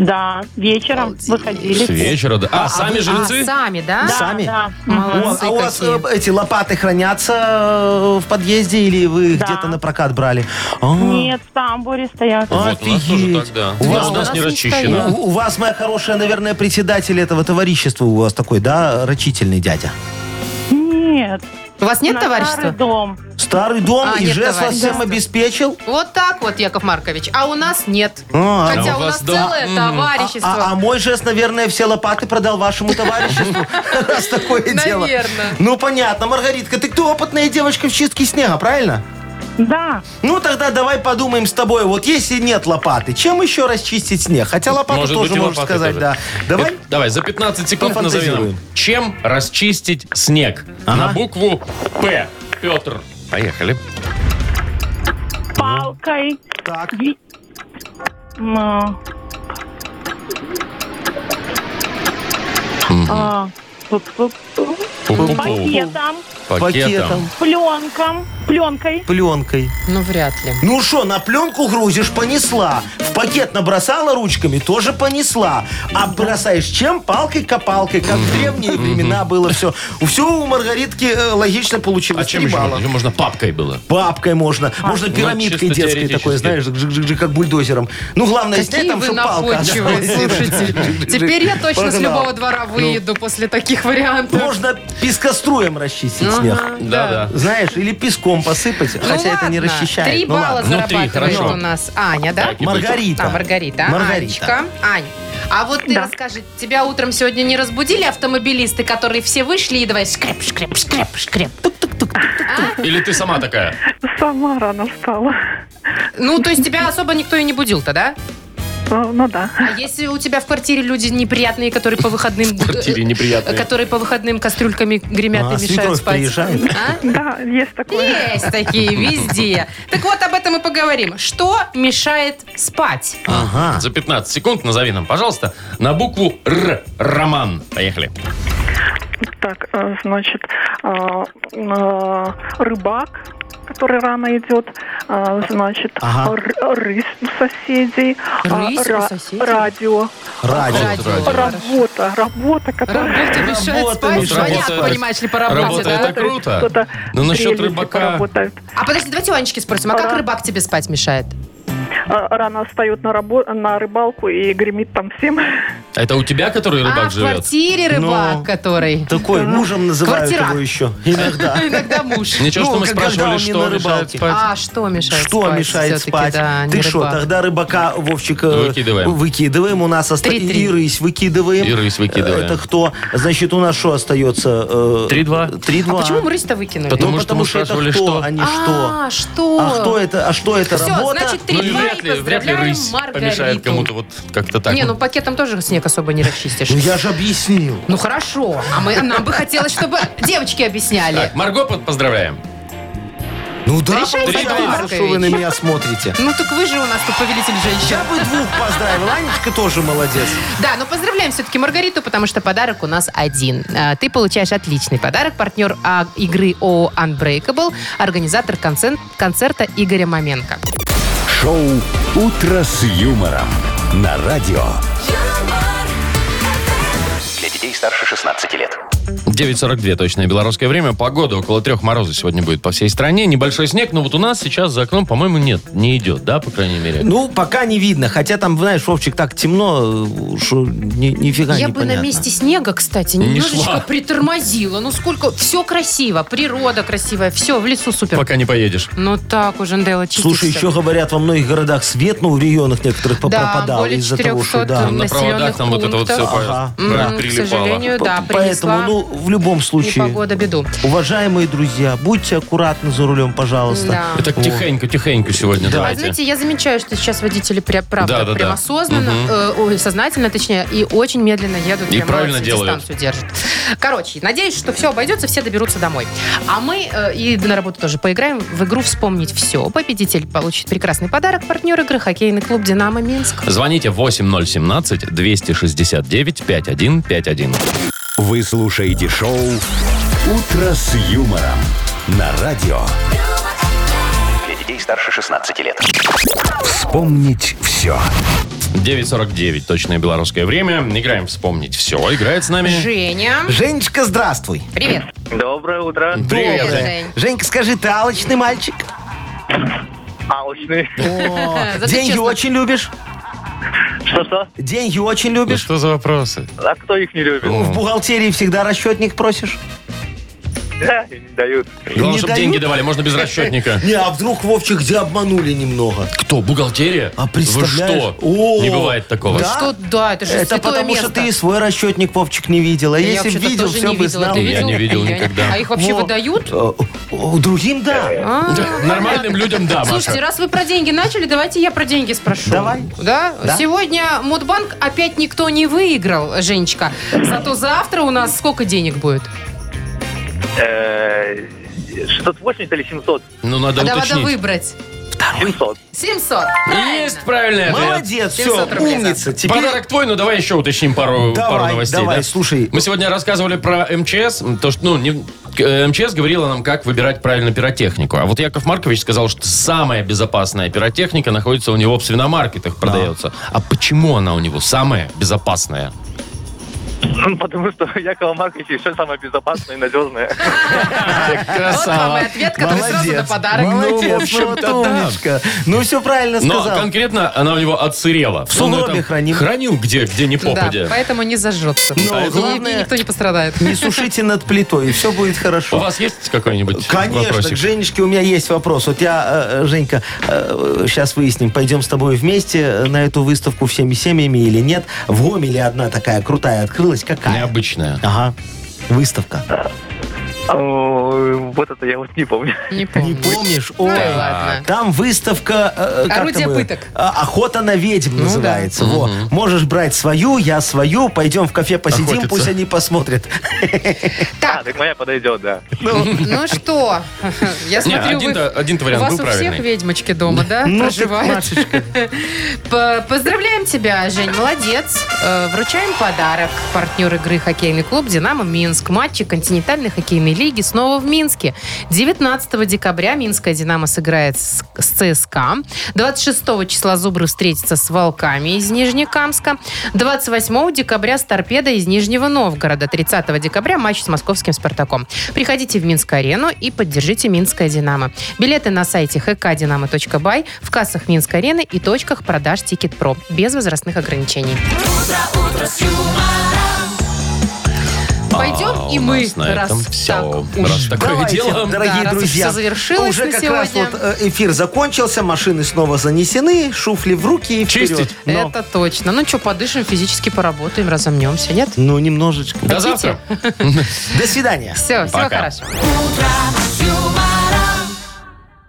[SPEAKER 5] Да, вечером
[SPEAKER 4] Обалдеть.
[SPEAKER 5] выходили.
[SPEAKER 2] С вечера, да. А,
[SPEAKER 3] А
[SPEAKER 2] сами
[SPEAKER 3] вы-
[SPEAKER 2] жильцы?
[SPEAKER 4] А, сами, да?
[SPEAKER 5] Да,
[SPEAKER 3] Сами?
[SPEAKER 5] да.
[SPEAKER 4] Молодцы
[SPEAKER 3] О, а у вас
[SPEAKER 4] какие.
[SPEAKER 3] э, эти лопаты хранятся э, в подъезде или вы
[SPEAKER 5] Да.
[SPEAKER 3] где-то на прокат брали? А,
[SPEAKER 5] Нет, в тамбуре стоят.
[SPEAKER 2] Вот, у нас тоже
[SPEAKER 3] офигеть.
[SPEAKER 2] так, да.
[SPEAKER 3] У
[SPEAKER 2] У
[SPEAKER 3] вас-
[SPEAKER 2] нас,
[SPEAKER 4] у нас
[SPEAKER 2] не
[SPEAKER 4] не
[SPEAKER 2] расчищено.
[SPEAKER 3] У, у вас, моя хорошая, наверное, председатель этого товарищества у вас такой, да, рачительный дядя?
[SPEAKER 5] Нет.
[SPEAKER 4] У вас нет
[SPEAKER 5] на
[SPEAKER 4] товарищества?
[SPEAKER 5] старый дом.
[SPEAKER 3] Старый дом
[SPEAKER 4] А,
[SPEAKER 3] и
[SPEAKER 4] нет
[SPEAKER 3] ЖЭС вас
[SPEAKER 4] товарищества.
[SPEAKER 3] всем обеспечил?
[SPEAKER 4] Вот так вот, Яков Маркович. А у нас нет.
[SPEAKER 3] А,
[SPEAKER 4] Хотя
[SPEAKER 2] а у
[SPEAKER 4] у
[SPEAKER 2] вас
[SPEAKER 4] нас
[SPEAKER 2] дом-
[SPEAKER 4] целое
[SPEAKER 2] Мгм.
[SPEAKER 4] товарищество.
[SPEAKER 3] А, а мой ЖЭС, наверное, все лопаты продал вашему товариществу. Раз такое дело.
[SPEAKER 4] Наверно.
[SPEAKER 3] Ну, понятно. Маргаритка, ты кто, опытная девочка в чистке снега, правильно?
[SPEAKER 5] Да.
[SPEAKER 3] Ну, тогда давай подумаем с тобой. Вот если нет лопаты, чем еще расчистить снег? Хотя лопату
[SPEAKER 2] Может
[SPEAKER 3] тоже
[SPEAKER 2] быть, и
[SPEAKER 3] можешь
[SPEAKER 2] лопатой
[SPEAKER 3] сказать,
[SPEAKER 2] тоже.
[SPEAKER 3] да. Давай.
[SPEAKER 2] Э, Давай, за пятнадцать секунд назови нам.
[SPEAKER 3] Пофантазируем.
[SPEAKER 2] Чем расчистить снег?
[SPEAKER 3] Ага.
[SPEAKER 2] На букву П. Петр. Поехали.
[SPEAKER 5] Палкой.
[SPEAKER 3] Так.
[SPEAKER 5] Ви- М, а, пу-пу-пу.
[SPEAKER 2] Пу-пу-пу.
[SPEAKER 5] Пакетом.
[SPEAKER 2] Пакетом.
[SPEAKER 5] Пленком. Пленкой.
[SPEAKER 3] Пленкой.
[SPEAKER 4] Ну, вряд ли.
[SPEAKER 3] Ну что, на пленку грузишь, понесла. В пакет набросала ручками, тоже понесла. А бросаешь чем? Палкой-копалкой, как в древние времена было все. Все у Маргаритки э, логично
[SPEAKER 2] А
[SPEAKER 3] получилось.
[SPEAKER 2] чем
[SPEAKER 3] Три
[SPEAKER 2] еще
[SPEAKER 3] балла.
[SPEAKER 2] можно? Можно папкой было.
[SPEAKER 3] Папкой можно. Можно пирамидкой
[SPEAKER 2] чисто
[SPEAKER 3] детской
[SPEAKER 2] теоретически.
[SPEAKER 3] такой, знаешь, жик-жик-жик, как бультозером. Ну, главное, снять
[SPEAKER 4] Какие
[SPEAKER 3] там,
[SPEAKER 4] вы
[SPEAKER 3] чтобы палка
[SPEAKER 4] находчивые,
[SPEAKER 3] осталась.
[SPEAKER 4] слушайте. Теперь я точно с
[SPEAKER 3] Погнал.
[SPEAKER 4] любого двора выеду после таких вариантов.
[SPEAKER 3] Можно пескоструем расчистить снег.
[SPEAKER 4] Ага,
[SPEAKER 2] Да, да.
[SPEAKER 3] Знаешь, или песком посыпать,
[SPEAKER 4] Ну
[SPEAKER 3] хотя это не
[SPEAKER 4] ладно.
[SPEAKER 3] расчищает.
[SPEAKER 4] Три
[SPEAKER 3] Ну
[SPEAKER 4] балла
[SPEAKER 3] ладно.
[SPEAKER 2] Ну, три,
[SPEAKER 4] зарабатывает
[SPEAKER 2] хорошо.
[SPEAKER 4] у нас Аня, да?
[SPEAKER 2] Так и быть.
[SPEAKER 3] Маргарита.
[SPEAKER 4] А, Маргарита.
[SPEAKER 3] Маргарита.
[SPEAKER 4] Анечка. Ань, а вот ты
[SPEAKER 5] Да.
[SPEAKER 4] расскажи, тебя утром сегодня не разбудили автомобилисты, которые все вышли и давай скреп, скреп, скреп, скреп?
[SPEAKER 2] Или ты сама такая?
[SPEAKER 5] Сама рано встала.
[SPEAKER 4] Ну, то есть тебя особо никто и не будил-то, да?
[SPEAKER 5] Ну, ну да.
[SPEAKER 4] А если у тебя в квартире люди неприятные, которые по выходным...
[SPEAKER 2] В квартире неприятные.
[SPEAKER 4] Которые по выходным кастрюльками гремят
[SPEAKER 3] А,
[SPEAKER 4] и мешают
[SPEAKER 3] свекровь
[SPEAKER 4] спать?
[SPEAKER 3] приезжает?
[SPEAKER 4] А?
[SPEAKER 5] Да, есть такое.
[SPEAKER 4] Есть такие везде. Так вот, об этом и поговорим. Что мешает спать?
[SPEAKER 3] Ага.
[SPEAKER 2] За пятнадцать секунд назови нам, пожалуйста, на букву Р. Роман. Поехали.
[SPEAKER 5] Так, э, значит, э, э, рыбак, который рано идет, э, значит,
[SPEAKER 3] Ага.
[SPEAKER 5] р- рысь у соседей, э,
[SPEAKER 4] Рысь у
[SPEAKER 5] ра-
[SPEAKER 4] соседей?
[SPEAKER 5] радио,
[SPEAKER 3] Радио.
[SPEAKER 2] радио.
[SPEAKER 5] работа, работа, которая...
[SPEAKER 4] Работа мешает
[SPEAKER 3] Работа
[SPEAKER 4] спать?
[SPEAKER 3] мешает
[SPEAKER 4] Понятно,
[SPEAKER 2] спать.
[SPEAKER 4] понимаешь ли, по работе,
[SPEAKER 2] Работа
[SPEAKER 4] да?
[SPEAKER 2] это круто.
[SPEAKER 5] Кто-то
[SPEAKER 2] Ну, насчет
[SPEAKER 5] прелести
[SPEAKER 2] рыбака...
[SPEAKER 5] поработает.
[SPEAKER 4] А подожди, давайте у Анечки спросим, а как
[SPEAKER 5] Ра-
[SPEAKER 4] рыбак тебе спать мешает?
[SPEAKER 5] Э, Рано встает на, рабо- на рыбалку и гремит там всем.
[SPEAKER 2] Это у тебя, который
[SPEAKER 4] А,
[SPEAKER 2] рыбак
[SPEAKER 4] в
[SPEAKER 2] живет?
[SPEAKER 4] квартире рыбак,
[SPEAKER 3] Ну,
[SPEAKER 4] который...
[SPEAKER 3] Такой, мужем называют
[SPEAKER 4] Квартирак.
[SPEAKER 3] его еще. Иногда.
[SPEAKER 4] Иногда муж.
[SPEAKER 2] Ничего,
[SPEAKER 3] Ну,
[SPEAKER 2] что мы
[SPEAKER 3] как- когда
[SPEAKER 2] спрашивали,
[SPEAKER 3] он не
[SPEAKER 2] что
[SPEAKER 3] на
[SPEAKER 2] мешает
[SPEAKER 3] рыбалке.
[SPEAKER 2] спать?
[SPEAKER 4] А, что мешает
[SPEAKER 3] Что
[SPEAKER 4] спать?
[SPEAKER 3] мешает
[SPEAKER 4] Все-таки,
[SPEAKER 3] спать?
[SPEAKER 4] да, не
[SPEAKER 3] Ты что,
[SPEAKER 4] рыбак.
[SPEAKER 3] тогда рыбака, Вовчик, э,
[SPEAKER 2] Выкидываем.
[SPEAKER 3] выкидываем. У нас остается...
[SPEAKER 4] Три-три.
[SPEAKER 3] И рысь выкидываем.
[SPEAKER 2] И рысь выкидываем.
[SPEAKER 3] Это кто? Значит, у нас что остается? Э,
[SPEAKER 2] Три-два.
[SPEAKER 3] Три-два.
[SPEAKER 4] А почему мы рысь-то выкинули?
[SPEAKER 2] Потому
[SPEAKER 3] Ну,
[SPEAKER 2] что
[SPEAKER 3] потому
[SPEAKER 2] мы
[SPEAKER 3] что это
[SPEAKER 2] спрашивали,
[SPEAKER 3] кто,
[SPEAKER 2] что.
[SPEAKER 3] а не что.
[SPEAKER 4] А, что?
[SPEAKER 3] А кто это? А что это?
[SPEAKER 4] Все,
[SPEAKER 3] Работа?
[SPEAKER 4] значит,
[SPEAKER 2] Ну и
[SPEAKER 4] три-два
[SPEAKER 2] вряд
[SPEAKER 4] и
[SPEAKER 2] ли, вряд ли
[SPEAKER 4] поздравляем
[SPEAKER 2] рысь помешает
[SPEAKER 4] Маргариту.
[SPEAKER 2] кому-то вот как-то так.
[SPEAKER 4] Не, ну пакетом тоже снег особо не расчистишь.
[SPEAKER 3] Ну я же объяснил.
[SPEAKER 4] Ну хорошо, а мы, нам бы хотелось, чтобы девочки объясняли.
[SPEAKER 2] Так, Марго, под- поздравляем.
[SPEAKER 3] Ну да,
[SPEAKER 4] Решайте,
[SPEAKER 3] получается,
[SPEAKER 4] Маркович.
[SPEAKER 3] что вы на меня смотрите.
[SPEAKER 4] Ну так вы же у нас тут повелитель женщин.
[SPEAKER 3] Я бы двух поздравил. Анечка тоже молодец.
[SPEAKER 4] Да, но поздравляем все-таки Маргариту, потому что подарок у нас один. А, Ты получаешь отличный подарок. Партнер а, игры ООО Unbreakable, организатор концерт- концерта Игоря Маменко.
[SPEAKER 1] Шоу «Утро с юмором» на радио.
[SPEAKER 6] Для детей старше шестнадцати лет.
[SPEAKER 2] девять сорок два точное белорусское время. Погода около трех морозов сегодня будет по всей стране. Небольшой снег, но вот у нас сейчас за окном, по-моему, нет, не идет, да, по крайней мере?
[SPEAKER 3] Ну, пока не видно. Хотя там, знаешь, Вовчик, так темно, что ни, нифига
[SPEAKER 4] Я
[SPEAKER 3] не
[SPEAKER 4] бы на
[SPEAKER 3] понятно.
[SPEAKER 4] месте снега, кстати,
[SPEAKER 2] Не
[SPEAKER 4] немножечко
[SPEAKER 2] шла.
[SPEAKER 4] притормозила. Ну сколько, все красиво, природа красивая, все, в лесу супер.
[SPEAKER 2] Пока не поедешь.
[SPEAKER 4] Ну так уже, Делла, чистить
[SPEAKER 3] Слушай,
[SPEAKER 4] всё.
[SPEAKER 3] еще говорят, во многих городах свет, ну, в регионах некоторых
[SPEAKER 4] Да,
[SPEAKER 3] попадал
[SPEAKER 4] более
[SPEAKER 3] из-за того, что
[SPEAKER 4] четырехсот
[SPEAKER 3] да.
[SPEAKER 2] На проводах
[SPEAKER 4] населенных
[SPEAKER 2] там вот это вот все
[SPEAKER 4] пунктов.
[SPEAKER 3] Ага.
[SPEAKER 4] М,
[SPEAKER 3] Да.
[SPEAKER 4] К
[SPEAKER 2] прилипало.
[SPEAKER 4] сожалению, да,
[SPEAKER 3] Поэтому,
[SPEAKER 4] принесла
[SPEAKER 3] ну, в любом случае,
[SPEAKER 4] непогода беду.
[SPEAKER 3] уважаемые друзья, будьте аккуратны за рулем, пожалуйста.
[SPEAKER 4] Да.
[SPEAKER 2] Это тихонько-тихонько сегодня,
[SPEAKER 4] А
[SPEAKER 2] давайте.
[SPEAKER 4] знаете, я замечаю, что сейчас водители пря- правда
[SPEAKER 2] Да, да,
[SPEAKER 4] прям
[SPEAKER 2] да.
[SPEAKER 4] осознанно,
[SPEAKER 2] Мгм.
[SPEAKER 4] э, ой, сознательно, точнее, и очень медленно едут.
[SPEAKER 2] И
[SPEAKER 4] прям
[SPEAKER 2] правильно
[SPEAKER 4] молодцы,
[SPEAKER 2] делают.
[SPEAKER 4] дистанцию держат. Короче, надеюсь, что все обойдется, все доберутся домой. А мы э, и на работу тоже поиграем в игру «Вспомнить все». Победитель получит прекрасный подарок. Партнер игры — хоккейный клуб «Динамо Минск».
[SPEAKER 2] Звоните восемь ноль семнадцать двести шестьдесят девять пятьдесят один пятьдесят один.
[SPEAKER 1] Вы слушаете шоу «Утро с юмором» на радио.
[SPEAKER 6] Для детей старше шестнадцати лет.
[SPEAKER 1] Вспомнить все.
[SPEAKER 2] девять сорок девять, точное белорусское время. Играем «Вспомнить все». Играет с нами...
[SPEAKER 4] Женя.
[SPEAKER 3] Женечка, здравствуй.
[SPEAKER 4] Привет.
[SPEAKER 5] Доброе утро.
[SPEAKER 2] Привет,
[SPEAKER 4] Доброе.
[SPEAKER 2] Жень.
[SPEAKER 3] Женька, скажи, ты алчный мальчик?
[SPEAKER 5] Алчный.
[SPEAKER 3] О,
[SPEAKER 4] Зато
[SPEAKER 3] деньги
[SPEAKER 4] честно.
[SPEAKER 3] очень любишь?
[SPEAKER 5] Что-что?
[SPEAKER 3] Деньги очень
[SPEAKER 2] Ну
[SPEAKER 3] любишь?
[SPEAKER 2] что за вопросы?
[SPEAKER 5] А кто их не любит?
[SPEAKER 3] В бухгалтерии всегда расчетник просишь?
[SPEAKER 5] Да, и не дают.
[SPEAKER 2] Главное,
[SPEAKER 3] не
[SPEAKER 2] чтобы
[SPEAKER 3] дают?
[SPEAKER 2] деньги давали, можно без расчетника.
[SPEAKER 3] Не, а вдруг, Вовчик, где обманули немного?
[SPEAKER 2] Кто? Бухгалтерия?
[SPEAKER 3] А представляешь?
[SPEAKER 2] Вы что?
[SPEAKER 3] О,
[SPEAKER 2] Не бывает такого.
[SPEAKER 3] да?
[SPEAKER 4] Что, да, это же
[SPEAKER 3] Это
[SPEAKER 4] святое
[SPEAKER 3] потому,
[SPEAKER 4] место.
[SPEAKER 3] что ты и свой расчетник, Вовчик, не видела.
[SPEAKER 4] Я
[SPEAKER 3] Если бы
[SPEAKER 4] вообще-то
[SPEAKER 3] видел,
[SPEAKER 4] тоже
[SPEAKER 3] все
[SPEAKER 4] не
[SPEAKER 3] бы
[SPEAKER 4] видела.
[SPEAKER 3] знал.
[SPEAKER 4] Ты
[SPEAKER 2] Я
[SPEAKER 4] видел?
[SPEAKER 2] не видел
[SPEAKER 4] Я
[SPEAKER 2] никогда.
[SPEAKER 4] А их вообще
[SPEAKER 3] Во.
[SPEAKER 4] выдают?
[SPEAKER 3] Э, о, Другим, да.
[SPEAKER 4] А.
[SPEAKER 2] Нормальным людям да,
[SPEAKER 4] Слушайте,
[SPEAKER 2] Маша.
[SPEAKER 4] раз вы про деньги начали, давайте я про деньги спрошу.
[SPEAKER 3] Давай.
[SPEAKER 4] Да?
[SPEAKER 3] Да.
[SPEAKER 4] Сегодня Мудбанк опять никто не выиграл, Женечка. Зато завтра у нас сколько денег будет?
[SPEAKER 5] Э, шестьсот восемьдесят или семьсот?
[SPEAKER 2] Ну, надо
[SPEAKER 4] А да, надо
[SPEAKER 2] уточнить.
[SPEAKER 4] выбрать.
[SPEAKER 5] семьсот.
[SPEAKER 4] семьсот.
[SPEAKER 2] Есть правильный ответ.
[SPEAKER 3] Молодец, все,
[SPEAKER 4] семьсот рублей
[SPEAKER 3] умница. Теперь
[SPEAKER 2] Подарок твой, но давай еще уточним пару,
[SPEAKER 3] Давай,
[SPEAKER 2] пару новостей.
[SPEAKER 3] давай,
[SPEAKER 2] да?
[SPEAKER 3] слушай.
[SPEAKER 2] Мы сегодня рассказывали про МЧС, то, что, ну, не, э, МЧС говорила нам, как выбирать правильно пиротехнику. А вот Яков Маркович сказал, что самая безопасная пиротехника находится у него в свиномаркетах, продается. А почему она у него самая безопасная?
[SPEAKER 5] Ну, потому что Якова Марковича все самое безопасное и надежное.
[SPEAKER 4] Вот вам и ответ, который сразу на подарок.
[SPEAKER 3] Молодец,
[SPEAKER 2] Ну, в
[SPEAKER 3] ну,
[SPEAKER 2] общем-то,
[SPEAKER 3] вот
[SPEAKER 2] да.
[SPEAKER 3] умничка. Ну, все правильно
[SPEAKER 2] Но
[SPEAKER 3] сказал.
[SPEAKER 2] конкретно она у него отсырела. В
[SPEAKER 3] сугробе храним.
[SPEAKER 2] Хранил где, где не
[SPEAKER 4] Да,
[SPEAKER 2] попадя.
[SPEAKER 4] поэтому не зажжется.
[SPEAKER 3] Ну,
[SPEAKER 4] И-
[SPEAKER 3] главное-
[SPEAKER 4] и никто не пострадает.
[SPEAKER 3] Не сушите над плитой, и все будет
[SPEAKER 2] У
[SPEAKER 3] хорошо.
[SPEAKER 2] вас есть какой-нибудь
[SPEAKER 3] Конечно,
[SPEAKER 2] вопросик?
[SPEAKER 3] к Женечке у меня есть вопрос. Вот я, э, Женька, сейчас выясним, пойдем с тобой вместе на эту выставку всеми семьями или нет. В Гомеле одна такая крутая открылась. Какая?
[SPEAKER 2] Необычная.
[SPEAKER 3] Ага, выставка.
[SPEAKER 5] О, Вот это я вот не помню.
[SPEAKER 4] Не
[SPEAKER 3] Не
[SPEAKER 4] помню.
[SPEAKER 3] помнишь?
[SPEAKER 4] Ну
[SPEAKER 3] Ой,
[SPEAKER 4] и ладно.
[SPEAKER 3] там выставка... э, как
[SPEAKER 4] Орудие
[SPEAKER 3] там, э,
[SPEAKER 4] пыток.
[SPEAKER 3] а, Охота на ведьм
[SPEAKER 4] Ну
[SPEAKER 3] называется. Во. Можешь брать свою, я свою. Пойдем в кафе посидим,
[SPEAKER 2] Охотиться.
[SPEAKER 3] пусть они посмотрят.
[SPEAKER 5] А, так моя подойдет, да.
[SPEAKER 4] Ну что, я
[SPEAKER 2] Не,
[SPEAKER 4] смотрю, вы-
[SPEAKER 2] один-то, один-то
[SPEAKER 4] у
[SPEAKER 2] вариант
[SPEAKER 4] вас
[SPEAKER 2] был
[SPEAKER 4] у всех
[SPEAKER 2] правильный.
[SPEAKER 4] ведьмочки дома, да,
[SPEAKER 3] Ну, так,
[SPEAKER 4] проживают?
[SPEAKER 3] Машечка.
[SPEAKER 4] П- Поздравляем тебя, Жень, молодец. Э, Вручаем подарок. Партнер игры хоккейный клуб «Динамо Минск». Матчи континентальной хоккейной лиги снова в Минске. девятнадцатого декабря Минская «Динамо» сыграет с, с ЦСКА. двадцать шестого числа «Зубры» встретятся с «Волками» из Нижнекамска. двадцать восьмого декабря с «Торпедо» из Нижнего Новгорода. тридцатого декабря матч с московским «Спартаком». Приходите в Минск-арену и поддержите «Минское Динамо». Билеты на сайте эйч кей динамо точка бай, в кассах Минск-арены и точках продаж «Тикет.Про». Без возрастных ограничений. Пойдем
[SPEAKER 2] А
[SPEAKER 4] и
[SPEAKER 2] у
[SPEAKER 4] мы,
[SPEAKER 2] нас на
[SPEAKER 4] раз
[SPEAKER 2] этом
[SPEAKER 4] так
[SPEAKER 2] все.
[SPEAKER 4] уж.
[SPEAKER 2] Раз такое
[SPEAKER 3] Давайте,
[SPEAKER 2] дело.
[SPEAKER 3] дорогие
[SPEAKER 4] Да, раз уж
[SPEAKER 3] друзья.
[SPEAKER 4] всё завершилось
[SPEAKER 3] уже
[SPEAKER 4] на
[SPEAKER 3] как раз
[SPEAKER 4] сегодня.
[SPEAKER 3] вот э, эфир закончился, машины снова занесены, шуфли в руки и вперед.
[SPEAKER 2] Чистить.
[SPEAKER 3] Но-
[SPEAKER 4] Это точно. Ну что, подышим, физически поработаем, разомнемся, нет?
[SPEAKER 3] Ну, немножечко.
[SPEAKER 2] До завтра.
[SPEAKER 3] До свидания.
[SPEAKER 4] Все, всего
[SPEAKER 2] Пока.
[SPEAKER 4] хорошего.
[SPEAKER 9] Утро с юмором.